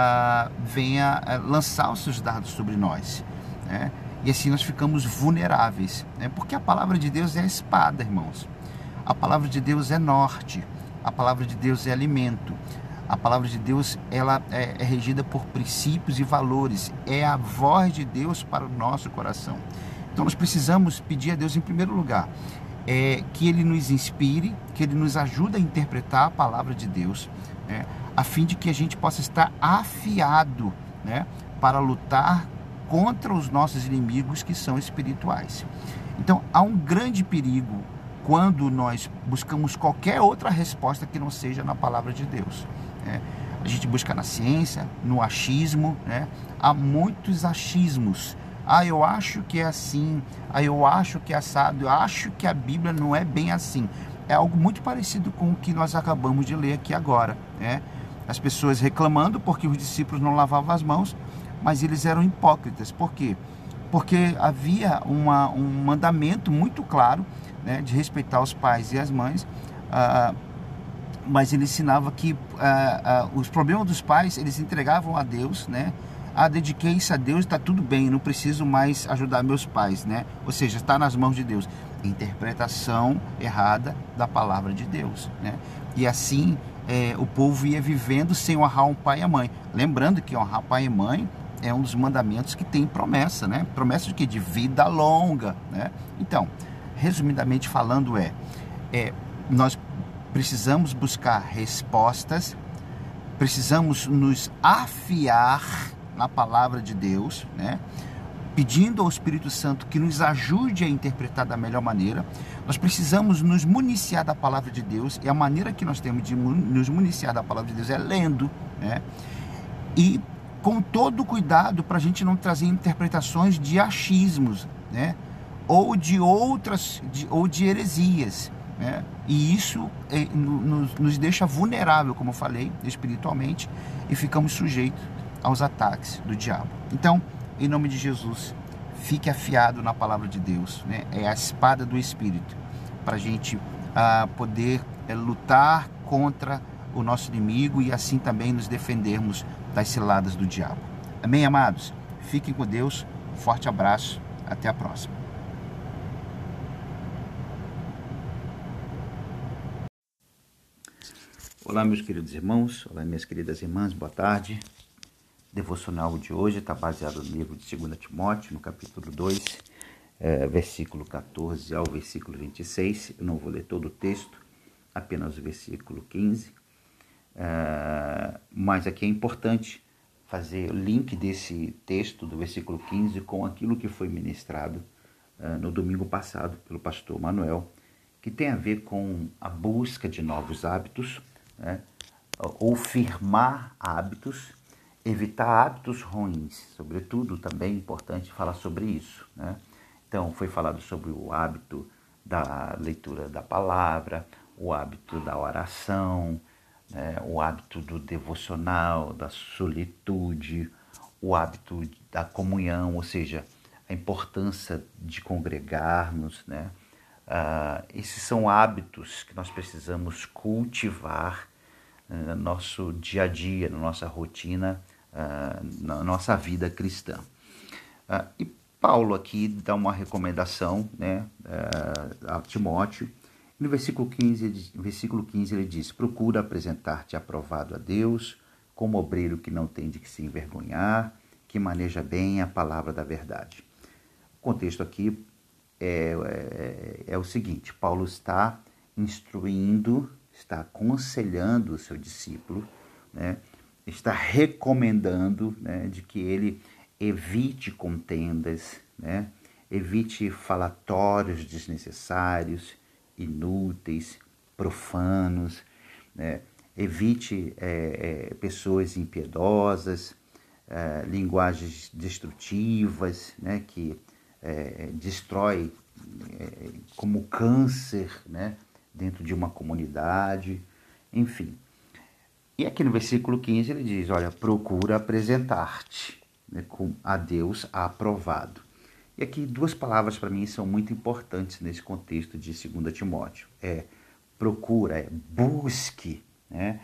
venha lançar os seus dardos sobre nós, né? E assim nós ficamos vulneráveis, né? Porque a palavra de Deus é a espada, irmãos. A palavra de Deus é norte. A palavra de Deus é alimento. A palavra de Deus, ela é regida por princípios e valores. É a voz de Deus para o nosso coração. Então nós precisamos pedir a Deus, em primeiro lugar, que Ele nos inspire, que Ele nos ajude a interpretar a palavra de Deus, né, a fim de que a gente possa estar afiado, né, para lutar contra os nossos inimigos que são espirituais. Então há um grande perigo quando nós buscamos qualquer outra resposta que não seja na palavra de Deus, né? A gente busca na ciência, no achismo, né? Há muitos achismos. Eu acho que é assim, eu acho que é assado, eu acho que a Bíblia não é bem assim. É algo muito parecido com o que nós acabamos de ler aqui agora, né? As pessoas reclamando porque os discípulos não lavavam as mãos, mas eles eram hipócritas. Por quê? Porque havia um mandamento muito claro, né, de respeitar os pais e as mães, mas ele ensinava que os problemas dos pais eles entregavam a Deus, né? Dediquei isso a Deus, está tudo bem, não preciso mais ajudar meus pais, né? Ou seja, está nas mãos de Deus. Interpretação errada da palavra de Deus, né? E assim o povo ia vivendo sem honrar um pai e a mãe. Lembrando que honrar pai e mãe é um dos mandamentos que tem promessa, né? Promessa de quê? De vida longa, né? Então, resumidamente falando, nós precisamos buscar respostas, precisamos nos afiar na palavra de Deus, né? pedindo ao Espírito Santo que nos ajude a interpretar da melhor maneira. Nós precisamos nos municiar da palavra de Deus, e a maneira que nós temos de nos municiar da palavra de Deus é lendo, né? E com todo cuidado para a gente não trazer interpretações de achismos, né? Ou de outras, ou de heresias, né? E isso nos deixa vulnerável, como eu falei, espiritualmente, e ficamos sujeitos aos ataques do diabo. Então, em nome de Jesus, fique afiado na palavra de Deus, né? É a espada do Espírito, para a gente poder lutar contra o nosso inimigo e assim também nos defendermos das ciladas do diabo. Amém, amados? Fiquem com Deus, forte abraço, até a próxima. Olá, meus queridos irmãos, olá, minhas queridas irmãs, boa tarde. O devocional de hoje está baseado no livro de 2 Timóteo, no capítulo 2, versículo 14 ao versículo 26. Eu não vou ler todo o texto, apenas o versículo 15. Mas aqui é importante fazer o link desse texto do versículo 15 com aquilo que foi ministrado no domingo passado pelo pastor Manuel, que tem a ver com a busca de novos hábitos, né? Ou firmar hábitos, evitar hábitos ruins. Sobretudo, também é importante falar sobre isso, né? Então, foi falado sobre o hábito da leitura da palavra, o hábito da oração, né? O hábito do devocional, da solitude, o hábito da comunhão, ou seja, a importância de congregarmos, né? Esses são hábitos que nós precisamos cultivar no nosso dia a dia, na nossa rotina, na nossa vida cristã. E Paulo aqui dá uma recomendação, né, a Timóteo. No versículo 15 ele diz: procura apresentar-te aprovado a Deus, como obreiro que não tem de que se envergonhar, que maneja bem a palavra da verdade. O contexto aqui é o seguinte: Paulo está instruindo, está aconselhando o seu discípulo, né? Está recomendando, né, de que ele evite contendas, né? Evite falatórios desnecessários, inúteis, profanos, né? Evite pessoas impiedosas, linguagens destrutivas, né, que destrói como câncer, né, dentro de uma comunidade, enfim. E aqui no versículo 15 ele diz, olha, procura apresentar-te, né, a Deus aprovado. E aqui duas palavras para mim são muito importantes nesse contexto de 2 Timóteo. Procura, busque, né,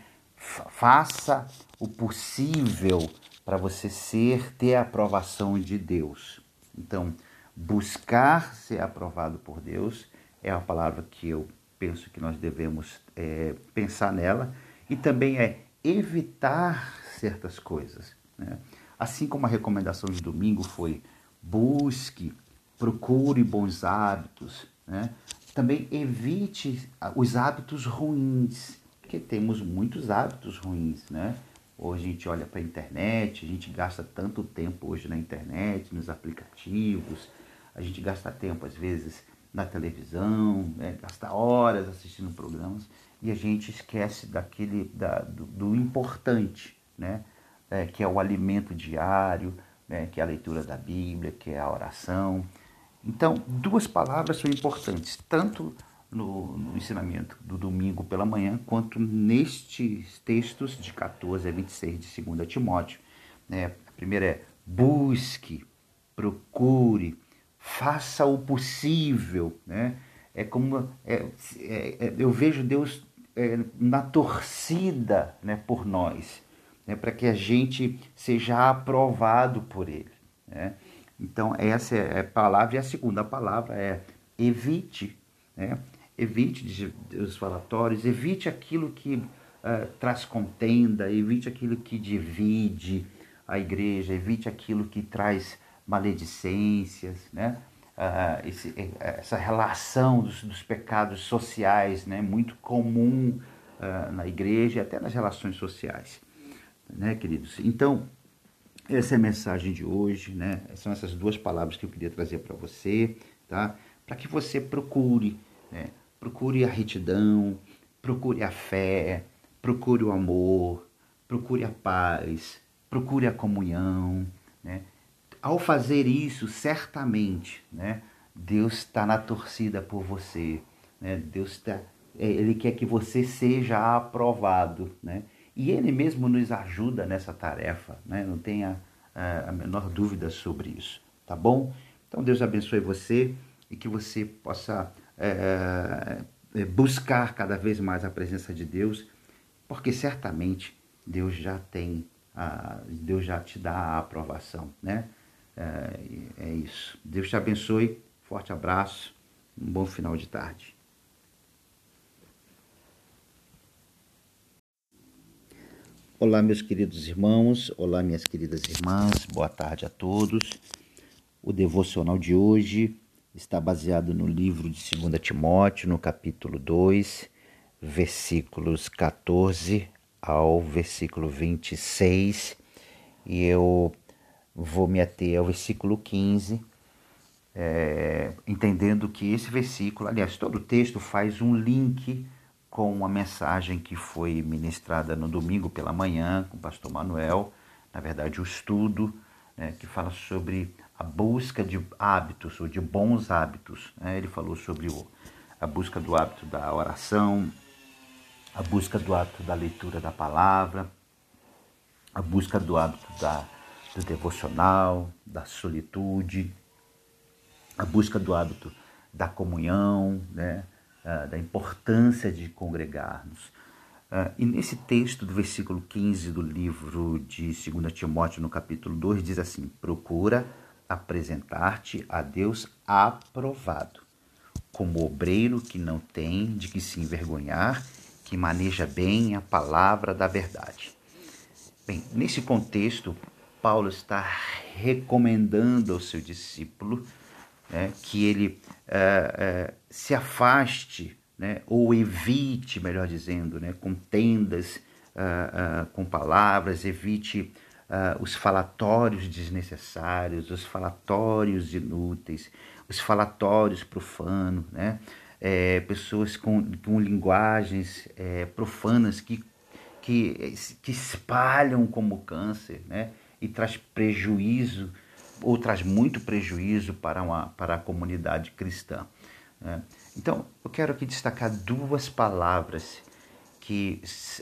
faça o possível para você ter a aprovação de Deus. Então, buscar ser aprovado por Deus é a palavra que eu penso que nós devemos pensar nela, e também evitar certas coisas, né? Assim como a recomendação de domingo foi busque, procure bons hábitos, né? Também evite os hábitos ruins, porque temos muitos hábitos ruins, né? Hoje a gente olha para a internet, a gente gasta tanto tempo hoje na internet, nos aplicativos, a gente gasta tempo às vezes na televisão, né? Gasta horas assistindo programas e a gente esquece do importante, né? Que é o alimento diário, né? Que é a leitura da Bíblia, que é a oração. Então, duas palavras são importantes, tanto no ensinamento do domingo pela manhã, quanto nestes textos de 14 a 26 de 2 Timóteo. A primeira é busque, procure, faça o possível, né? Eu vejo Deus na torcida, né, por nós, né, para que a gente seja aprovado por Ele, né? Então, essa é a palavra. E a segunda palavra é evite, né? Evite os falatórios, evite aquilo que traz contenda, evite aquilo que divide a igreja, evite aquilo que traz maledicências, né? Essa relação dos pecados sociais, né? Muito comum na igreja e até nas relações sociais, né, queridos? Então, Essa é a mensagem de hoje, né? São essas duas palavras que eu queria trazer para você, tá? Para que você procure, né? Procure a retidão, procure a fé, procure o amor, procure a paz, procure a comunhão, né? Ao fazer isso, certamente, né? Deus está na torcida por você, né? Ele quer que você seja aprovado, né? E Ele mesmo nos ajuda nessa tarefa, né? Não tenha a menor dúvida sobre isso, tá bom? Então Deus abençoe você e que você possa buscar cada vez mais a presença de Deus, porque certamente Deus já te dá a aprovação, né? É isso. Deus te abençoe, forte abraço, um bom final de tarde. Olá, meus queridos irmãos, olá, minhas queridas irmãs, boa tarde a todos. O devocional de hoje está baseado no livro de 2 Timóteo, no capítulo 2, versículos 14 ao versículo 26, e eu vou me ater ao versículo 15, entendendo que esse versículo, aliás, todo o texto faz um link com a mensagem que foi ministrada no domingo pela manhã com o pastor Manuel, na verdade o estudo, né, que fala sobre a busca de hábitos ou de bons hábitos, né? Ele falou sobre a busca do hábito da oração, a busca do hábito da leitura da palavra, a busca do hábito do devocional, da solitude, a busca do hábito da comunhão, né? Da importância de congregarmos. E nesse texto do versículo 15 do livro de 2 Timóteo, no capítulo 2, diz assim: procura apresentar-te a Deus aprovado, como obreiro que não tem de que se envergonhar, que maneja bem a palavra da verdade. Bem, nesse contexto, Paulo está recomendando ao seu discípulo, né, que ele se afaste, né, ou evite, melhor dizendo, né, contendas com palavras, evite os falatórios desnecessários, os falatórios inúteis, os falatórios profanos, né, pessoas com linguagens profanas que espalham como câncer, né, e traz prejuízo, ou traz muito prejuízo para a comunidade cristã, né? Então, eu quero aqui destacar duas palavras que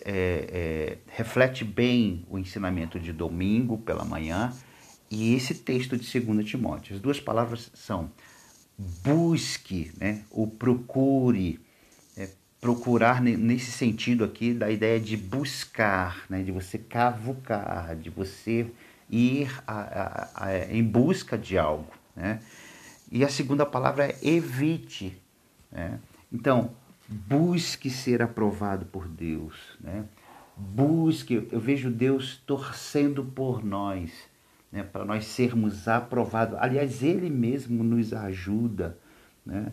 refletem bem o ensinamento de domingo pela manhã e esse texto de 2 Timóteo. As duas palavras são busque, né, ou procure, procurar nesse sentido aqui da ideia de buscar, né, de você cavucar, de você ir em busca de algo, né? E a segunda palavra é evite, né? Então, busque ser aprovado por Deus, né? Busque, eu vejo Deus torcendo por nós, né, para nós sermos aprovados. Aliás, Ele mesmo nos ajuda, né,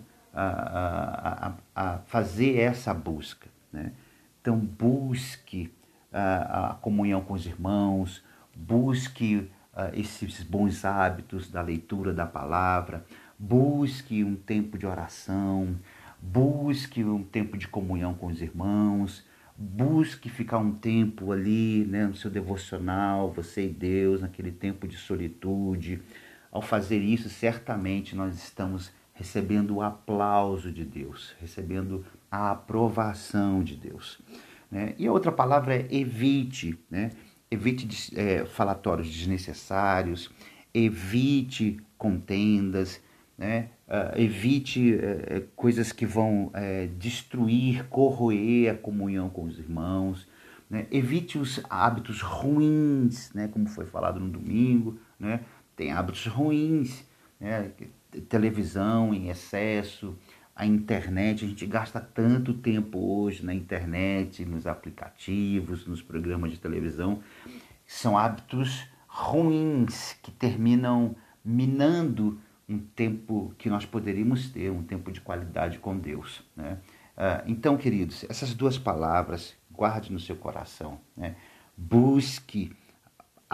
a fazer essa busca, né? Então, busque a comunhão com os irmãos, busque esses bons hábitos da leitura da palavra, busque um tempo de oração, busque um tempo de comunhão com os irmãos, busque ficar um tempo ali, né, no seu devocional, você e Deus, naquele tempo de solitude. Ao fazer isso, certamente nós estamos recebendo o aplauso de Deus, recebendo a aprovação de Deus, né? E a outra palavra é evite, né? Evite falatórios desnecessários, evite contendas, né? Evite coisas que vão destruir, corroer a comunhão com os irmãos, né? Evite os hábitos ruins, né? Como foi falado no domingo, né? Tem hábitos ruins, né? Televisão em excesso, a internet, a gente gasta tanto tempo hoje na internet, nos aplicativos, nos programas de televisão. São hábitos ruins que terminam minando um tempo que nós poderíamos ter, um tempo de qualidade com Deus, né? Então, queridos, essas duas palavras, guarde no seu coração, né? Busque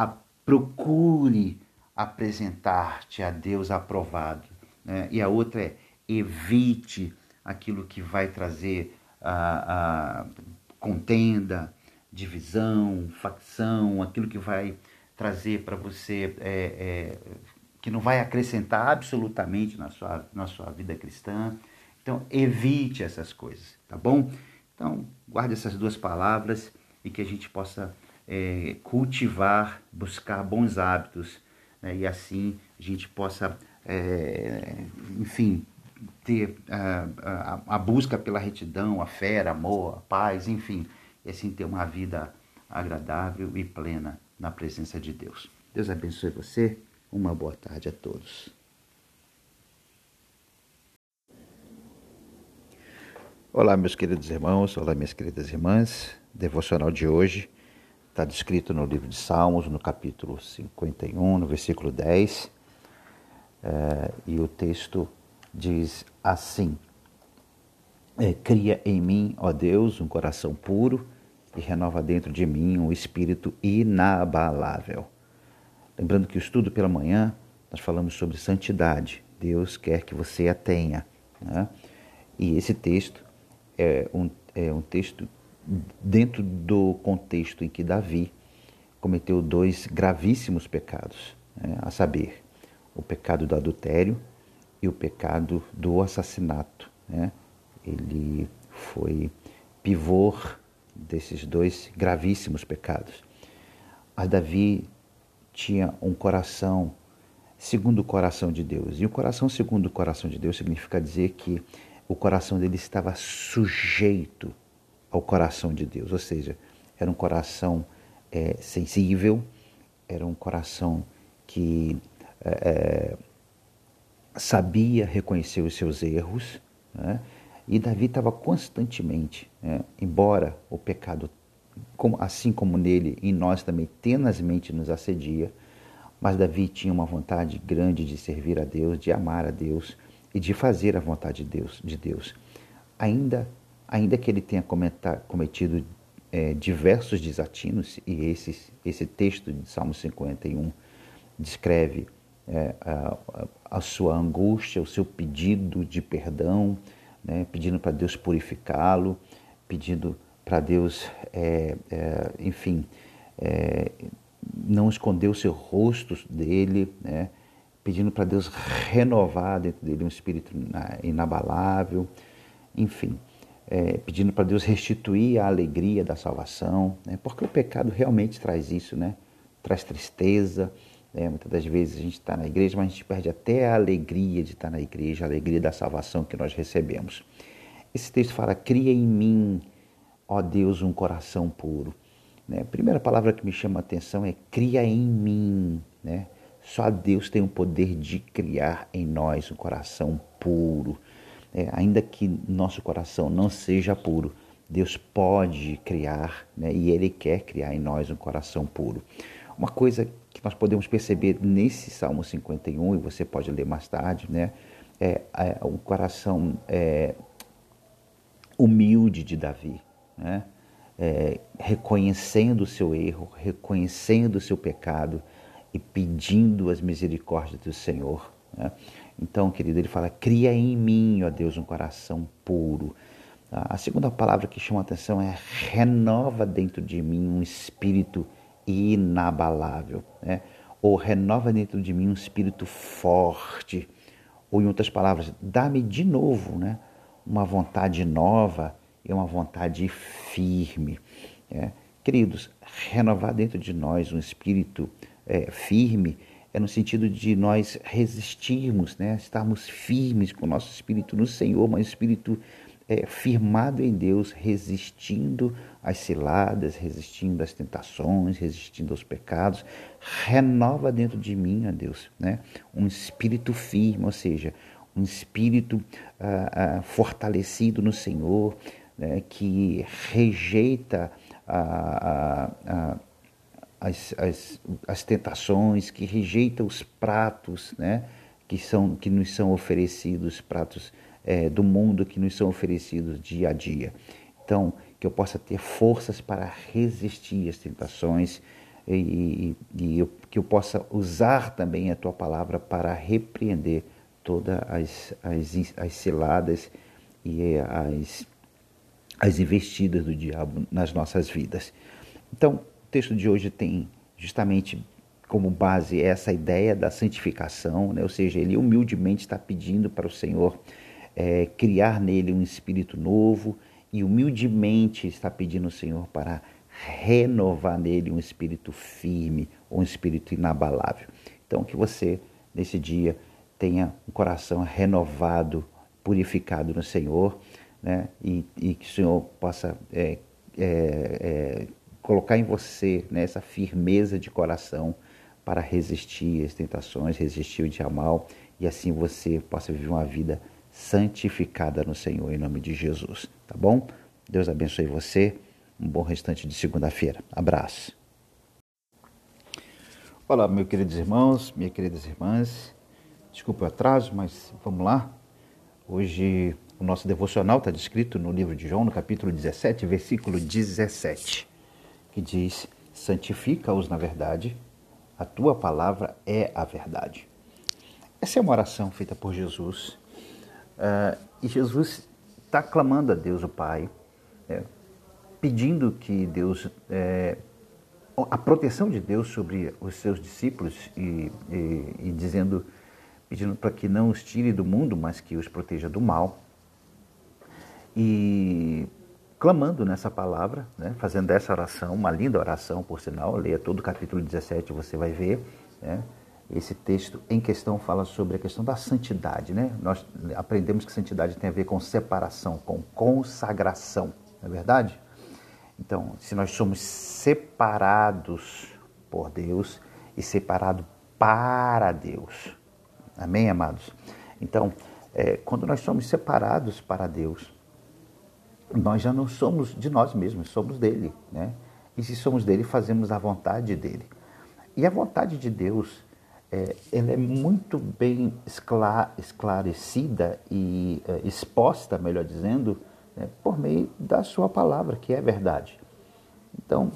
procure apresentar-te a Deus aprovado, né? E a outra é evite aquilo que vai trazer a contenda, divisão, facção, aquilo que vai trazer para você, que não vai acrescentar absolutamente na sua vida cristã. Então, evite essas coisas, tá bom? Então, guarde essas duas palavras e que a gente possa cultivar, buscar bons hábitos, né? E assim a gente possa, enfim, ter a busca pela retidão, a fé, amor, a paz, enfim, e assim ter uma vida agradável e plena na presença de Deus. Deus abençoe você. Uma boa tarde a todos. Olá, meus queridos irmãos, olá, minhas queridas irmãs. Devocional de hoje está descrito no livro de Salmos, no capítulo 51, no versículo 10. E o texto diz assim: cria em mim, ó Deus, um coração puro e renova dentro de mim um espírito inabalável. Lembrando que o estudo pela manhã, nós falamos sobre santidade. Deus quer que você a tenha, né? E esse texto é um texto dentro do contexto em que Davi cometeu dois gravíssimos pecados, né? A saber, o pecado do adultério e o pecado do assassinato, né? Ele foi pivô desses dois gravíssimos pecados. Mas Davi tinha um coração segundo o coração de Deus. E o coração segundo o coração de Deus significa dizer que o coração dele estava sujeito ao coração de Deus. Ou seja, era um coração sensível, era um coração que sabia reconhecer os seus erros, né? E Davi estava constantemente, né? Embora o pecado, assim como nele, em nós também tenazmente nos assedia, mas Davi tinha uma vontade grande de servir a Deus, de amar a Deus e de fazer a vontade de Deus. Ainda que ele tenha cometido diversos desatinos, e esse texto de Salmo 51 descreve a sua angústia, o seu pedido de perdão, né? Pedindo para Deus purificá-lo, pedindo para Deus, enfim, não esconder o seu rosto dele, né? Pedindo para Deus renovar dentro dele um espírito inabalável, enfim, pedindo para Deus restituir a alegria da salvação, né? Porque o pecado realmente traz isso, né? Traz tristeza, né? Muitas das vezes a gente está na igreja, mas a gente perde até a alegria de estar na igreja, a alegria da salvação que nós recebemos. Esse texto fala: cria em mim, ó Deus, um coração puro. Né? A primeira palavra que me chama a atenção é cria em mim, né? Só Deus tem o poder de criar em nós um coração puro. Ainda que nosso coração não seja puro, Deus pode criar, né? E Ele quer criar em nós um coração puro. Uma coisa que nós podemos perceber nesse Salmo 51, e você pode ler mais tarde, né? É um coração humilde de Davi, né? Reconhecendo o seu erro, reconhecendo o seu pecado e pedindo as misericórdias do Senhor, né? Então, querido, ele fala: cria em mim, ó Deus, um coração puro. A segunda palavra que chama a atenção é renova dentro de mim um espírito inabalável, né? Ou renova dentro de mim um espírito forte. Ou, em outras palavras, dá-me de novo, né? Uma vontade nova e uma vontade firme. Queridos, renovar dentro de nós um espírito firme é no sentido de nós resistirmos, né? Estarmos firmes com o nosso espírito no Senhor, mas espírito firmado em Deus, resistindo às ciladas, resistindo às tentações, resistindo aos pecados. Renova dentro de mim, ó Deus, né? Um espírito firme, ou seja, um espírito fortalecido no Senhor, né? Que rejeita as tentações, que rejeita os pratos, né? que nos são oferecidos, pratos do mundo que nos são oferecidos dia a dia. Então, que eu possa ter forças para resistir às tentações, que eu possa usar também a Tua palavra para repreender todas as ciladas e as investidas do diabo nas nossas vidas. Então, o texto de hoje tem justamente como base essa ideia da santificação, né? Ou seja, ele humildemente está pedindo para o Senhor criar nele um espírito novo e humildemente está pedindo ao Senhor para renovar nele um espírito firme, um espírito inabalável. Então, que você, nesse dia, tenha um coração renovado, purificado no Senhor, né? E que o Senhor possa colocar em você, né, essa firmeza de coração para resistir às tentações, resistir ao dia mal, e assim você possa viver uma vida santificada no Senhor, em nome de Jesus, tá bom? Deus abençoe você, um bom restante de segunda-feira. Abraço. Olá, meus queridos irmãos, minhas queridas irmãs, desculpa o atraso, mas vamos lá. Hoje o nosso devocional está descrito no livro de João, no capítulo 17, versículo 17, que diz: santifica-os na verdade, a tua palavra é a verdade. Essa é uma oração feita por Jesus, e Jesus está clamando a Deus o Pai, pedindo que Deus, a proteção de Deus sobre os seus discípulos e pedindo para que não os tire do mundo, mas que os proteja do mal. E clamando nessa palavra, né, fazendo essa oração, uma linda oração, por sinal, leia todo o capítulo 17, você vai ver, né, esse texto em questão fala sobre a questão da santidade, né? Nós aprendemos que santidade tem a ver com separação, com consagração, não é verdade? Então, se nós somos separados por Deus e separados para Deus, amém, amados? Então, quando nós somos separados para Deus, nós já não somos de nós mesmos, somos dele, né? E se somos dele, fazemos a vontade dele. E a vontade de Deus, ela é muito bem esclarecida e exposta, melhor dizendo, né, por meio da sua palavra, que é verdade. Então,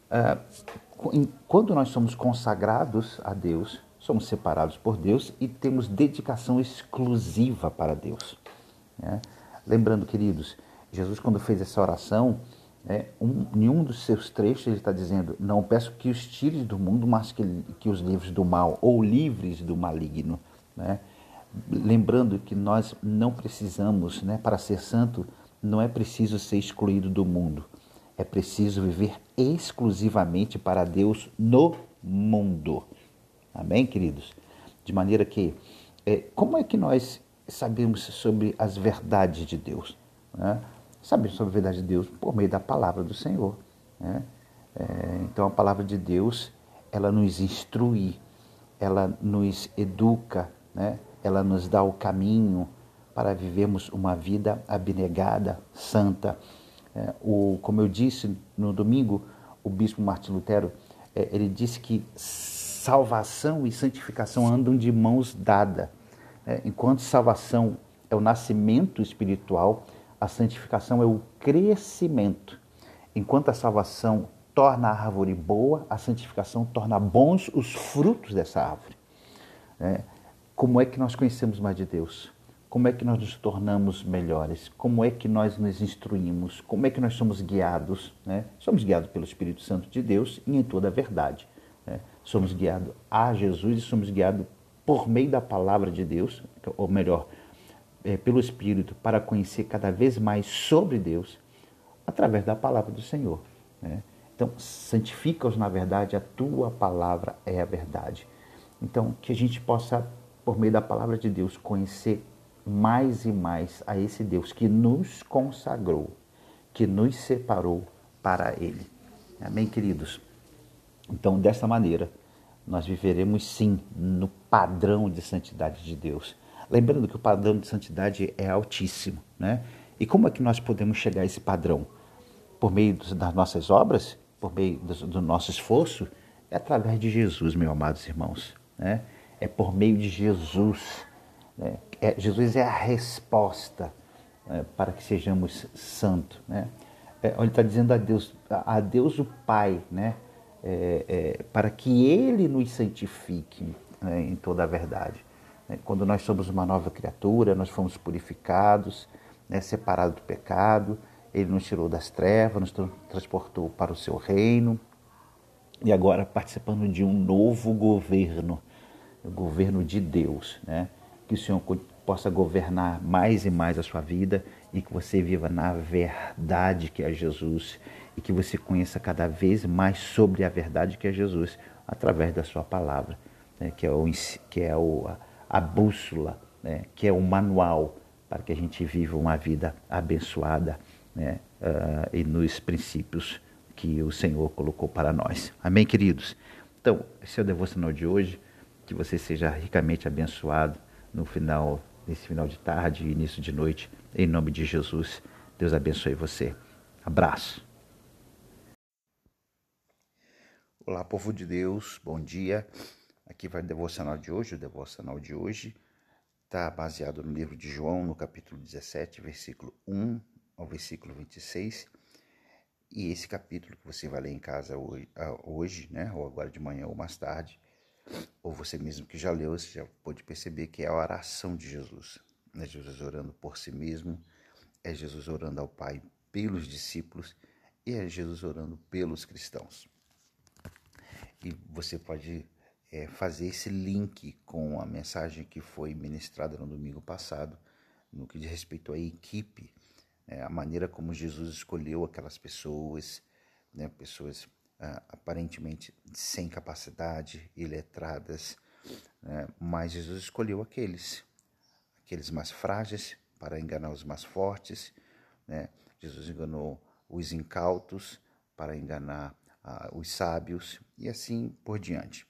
quando nós somos consagrados a Deus, somos separados por Deus e temos dedicação exclusiva para Deus, né? Lembrando, queridos, Jesus, quando fez essa oração, em um dos seus trechos ele está dizendo: não peço que os tires do mundo, mas que os livres do mal, ou livres do maligno, né? Lembrando que nós não precisamos, né, para ser santo, não é preciso ser excluído do mundo, é preciso viver exclusivamente para Deus no mundo. Amém, queridos? De maneira que, como é que nós sabemos sobre as verdades de Deus, né? Sabemos sobre a verdade de Deus por meio da palavra do Senhor, né? Então a palavra de Deus, ela nos instrui, ela nos educa, né? Ela nos dá o caminho para vivermos uma vida abnegada, santa. Como eu disse no domingo, o bispo Martim Lutero, ele disse que salvação e santificação andam de mãos dadas. Enquanto salvação é o nascimento espiritual, a santificação é o crescimento. Enquanto a salvação torna a árvore boa, a santificação torna bons os frutos dessa árvore. Como é que nós conhecemos mais de Deus? Como é que nós nos tornamos melhores? Como é que nós nos instruímos? Como é que nós somos guiados, né? Somos guiados pelo Espírito Santo de Deus e em toda a verdade, né? Somos guiados a Jesus e somos guiados por meio da palavra de Deus, ou melhor, pelo Espírito, para conhecer cada vez mais sobre Deus, através da palavra do Senhor, né? Então, santifica-os na verdade, a tua palavra é a verdade. Então, que a gente possa, por meio da palavra de Deus, conhecer mais e mais a esse Deus que nos consagrou, que nos separou para Ele. Amém, queridos? Então, dessa maneira, nós viveremos sim no padrão de santidade de Deus. Lembrando que o padrão de santidade é altíssimo, né? E como é que nós podemos chegar a esse padrão? Por meio das nossas obras? Por meio do nosso esforço? É através de Jesus, meus amados irmãos, né? É por meio de Jesus, né? Jesus é a resposta, para que sejamos santos, né? Ele está dizendo a Deus o Pai, né? para que Ele nos santifique, né, em toda a verdade. Quando nós somos uma nova criatura, nós fomos purificados, né, separados do pecado, Ele nos tirou das trevas, nos transportou para o seu reino, e agora participando de um novo governo, o governo de Deus, né? Que o Senhor possa governar mais e mais a sua vida e que você viva na verdade que é Jesus e que você conheça cada vez mais sobre a verdade que é Jesus através da sua palavra, né? A bússola, né? Que é o manual para que a gente viva uma vida abençoada, né? E nos princípios que o Senhor colocou para nós. Amém, queridos? Então, esse é o devocional de hoje. Que você seja ricamente abençoado nesse final de tarde e início de noite. Em nome de Jesus, Deus abençoe você. Abraço. Olá, povo de Deus, bom dia. Aqui vai o devocional de hoje. O devocional de hoje está baseado no livro de João, no capítulo 17, versículo 1 ao versículo 26. E esse capítulo que você vai ler em casa hoje, né, ou agora de manhã ou mais tarde, ou você mesmo que já leu, você já pode perceber que é a oração de Jesus. É Jesus orando por si mesmo, é Jesus orando ao Pai pelos discípulos e é Jesus orando pelos cristãos. E você pode fazer esse link com a mensagem que foi ministrada no domingo passado, no que diz respeito à equipe, a maneira como Jesus escolheu aquelas pessoas, né, pessoas aparentemente sem capacidade, iletradas, né, mas Jesus escolheu aqueles mais frágeis para enganar os mais fortes, né? Jesus enganou os incautos para enganar os sábios e assim por diante.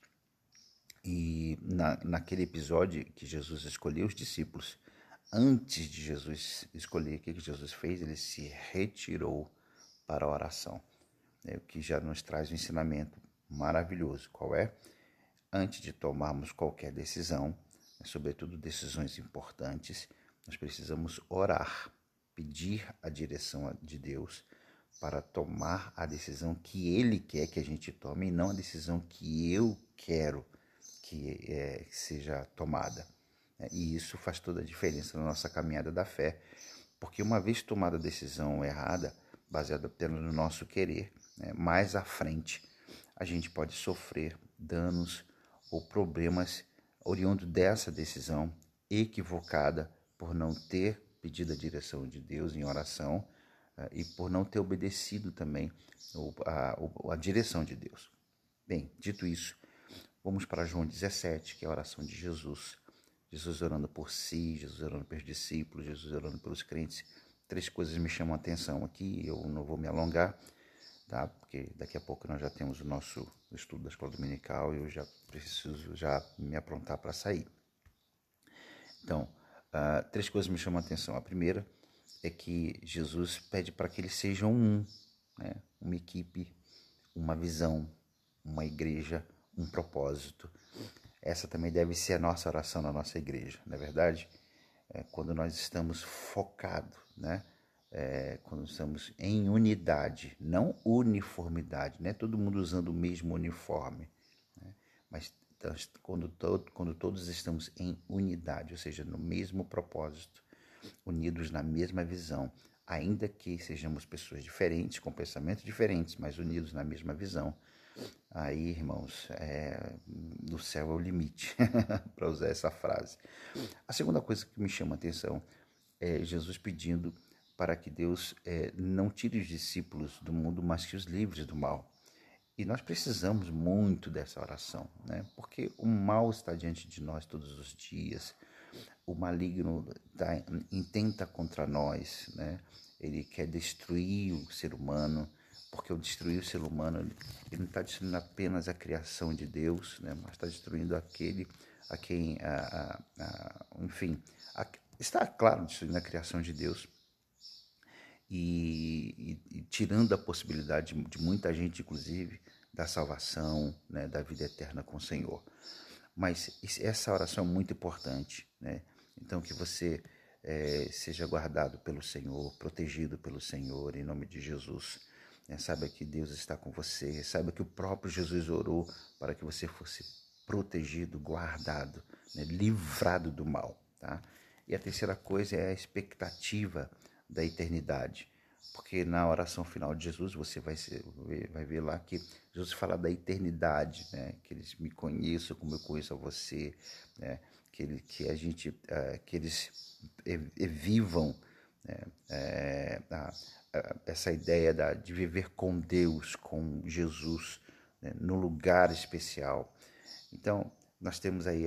E naquele episódio que Jesus escolheu os discípulos, antes de Jesus escolher, o que Jesus fez? Ele se retirou para a oração, o que já nos traz um ensinamento maravilhoso. Qual é? Antes de tomarmos qualquer decisão, sobretudo decisões importantes, nós precisamos orar, pedir a direção de Deus para tomar a decisão que Ele quer que a gente tome e não a decisão que eu quero que seja tomada. E isso faz toda a diferença na nossa caminhada da fé, porque uma vez tomada a decisão errada, baseada apenas no nosso querer, né, mais à frente a gente pode sofrer danos ou problemas oriundos dessa decisão equivocada por não ter pedido a direção de Deus em oração e por não ter obedecido também a direção de Deus. Bem, dito isso, vamos para João 17, que é a oração de Jesus. Jesus orando por si, Jesus orando pelos discípulos, Jesus orando pelos crentes. 3 coisas me chamam a atenção aqui, eu não vou me alongar, tá? Porque daqui a pouco nós já temos o nosso estudo da escola dominical e eu já preciso me aprontar para sair. Então, 3 coisas me chamam a atenção. A primeira é que Jesus pede para que eles sejam né? Uma equipe, uma visão, uma igreja, um propósito. Essa também deve ser a nossa oração na nossa igreja, não é verdade? Quando nós estamos focados, né? Quando estamos em unidade, não uniformidade, não é todo mundo usando o mesmo uniforme, né? Mas quando todos estamos em unidade, ou seja, no mesmo propósito, unidos na mesma visão, ainda que sejamos pessoas diferentes, com pensamentos diferentes, mas unidos na mesma visão, aí, irmãos, no céu é o limite, para usar essa frase. A segunda coisa que me chama a atenção é Jesus pedindo para que Deus não tire os discípulos do mundo, mas que os livre do mal. E nós precisamos muito dessa oração, né? Porque o mal está diante de nós todos os dias. O maligno intenta contra nós, né? Ele quer destruir o ser humano, porque ao destruir o ser humano, ele não está destruindo apenas a criação de Deus, né? Mas está destruindo aquele a quem, está, claro, destruindo a criação de Deus e tirando a possibilidade de muita gente, inclusive, da salvação, né? Da vida eterna com o Senhor. Mas essa oração é muito importante, né? Então, que você seja guardado pelo Senhor, protegido pelo Senhor, em nome de Jesus. Saiba que Deus está com você. Saiba que o próprio Jesus orou para que você fosse protegido, guardado, né, livrado do mal. Tá? E a terceira coisa é a expectativa da eternidade. Porque na oração final de Jesus, você vai ver lá que Jesus fala da eternidade, né? Que eles me conheçam como eu conheço a você, né? Que eles vivam, né? Essa ideia de viver com Deus, com Jesus, né? No lugar especial. Então, nós temos aí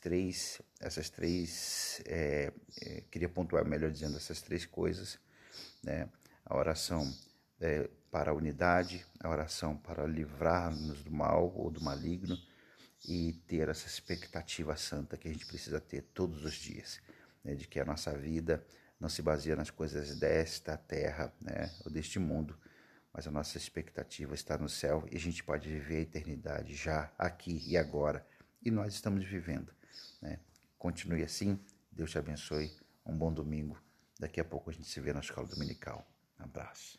queria pontuar melhor dizendo essas três coisas, né? A oração para a unidade, a oração para livrar-nos do mal ou do maligno e ter essa expectativa santa que a gente precisa ter todos os dias, né? De que a nossa vida não se baseia nas coisas desta terra, né? Ou deste mundo, mas a nossa expectativa está no céu e a gente pode viver a eternidade já, aqui e agora. E nós estamos vivendo, né? Continue assim, Deus te abençoe, um bom domingo. Daqui a pouco a gente se vê na escola dominical. Abraço.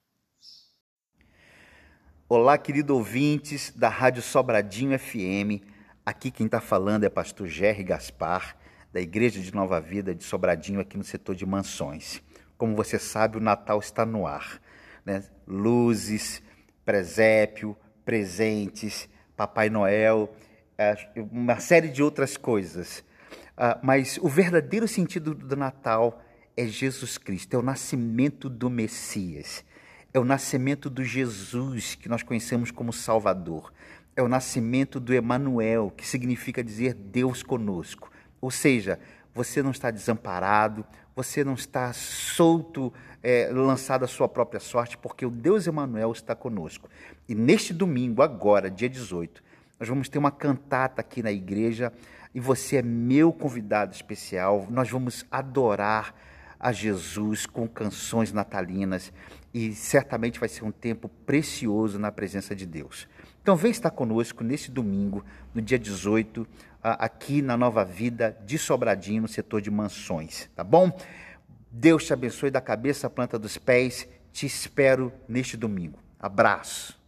Olá, querido ouvintes da Rádio Sobradinho FM. Aqui quem está falando é pastor Jerry Gaspar, da Igreja de Nova Vida de Sobradinho, aqui no setor de Mansões. Como você sabe, o Natal está no ar, né? Luzes, presépio, presentes, Papai Noel, uma série de outras coisas. Mas o verdadeiro sentido do Natal é Jesus Cristo, é o nascimento do Messias, é o nascimento do Jesus que nós conhecemos como Salvador, é o nascimento do Emanuel, que significa dizer Deus conosco. Ou seja, você não está desamparado, você não está solto, lançado à sua própria sorte, porque o Deus Emanuel está conosco. E neste domingo, agora, dia 18, nós vamos ter uma cantata aqui na igreja e você é meu convidado especial. Nós vamos adorar a Jesus com canções natalinas e certamente vai ser um tempo precioso na presença de Deus. Então vem estar conosco nesse domingo, no dia 18, aqui na Nova Vida de Sobradinho, no setor de Mansões, tá bom? Deus te abençoe da cabeça à planta dos pés. Te espero neste domingo. Abraço.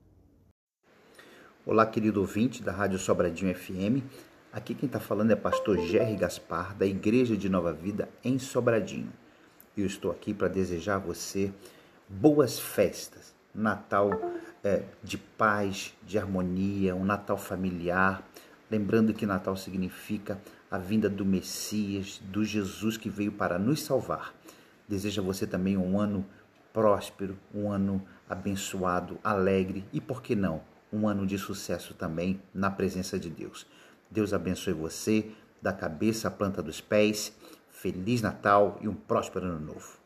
Olá, querido ouvinte da Rádio Sobradinho FM. Aqui quem está falando é pastor Jerry Gaspar, da Igreja de Nova Vida em Sobradinho. Eu estou aqui para desejar a você boas festas, Natal de paz, de harmonia, um Natal familiar. Lembrando que Natal significa a vinda do Messias, do Jesus que veio para nos salvar. Desejo a você também um ano próspero, um ano abençoado, alegre e, por que não, um ano de sucesso também na presença de Deus. Deus abençoe você, da cabeça à planta dos pés. Feliz Natal e um próspero Ano Novo.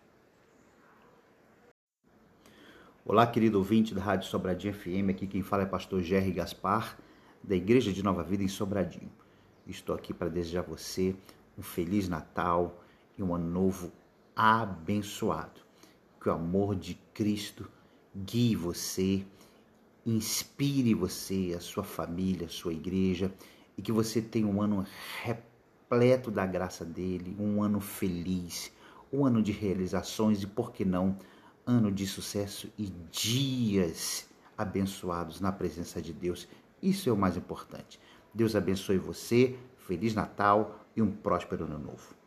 Olá, querido ouvinte da Rádio Sobradinho FM. Aqui quem fala é pastor Jerry Gaspar, da Igreja de Nova Vida em Sobradinho. Estou aqui para desejar a você um Feliz Natal e um Ano Novo abençoado. Que o amor de Cristo guie você, inspire você, a sua família, a sua igreja, e que você tenha um ano repleto da graça dele, um ano feliz, um ano de realizações e, por que não, ano de sucesso e dias abençoados na presença de Deus. Isso é o mais importante. Deus abençoe você, Feliz Natal e um próspero Ano Novo.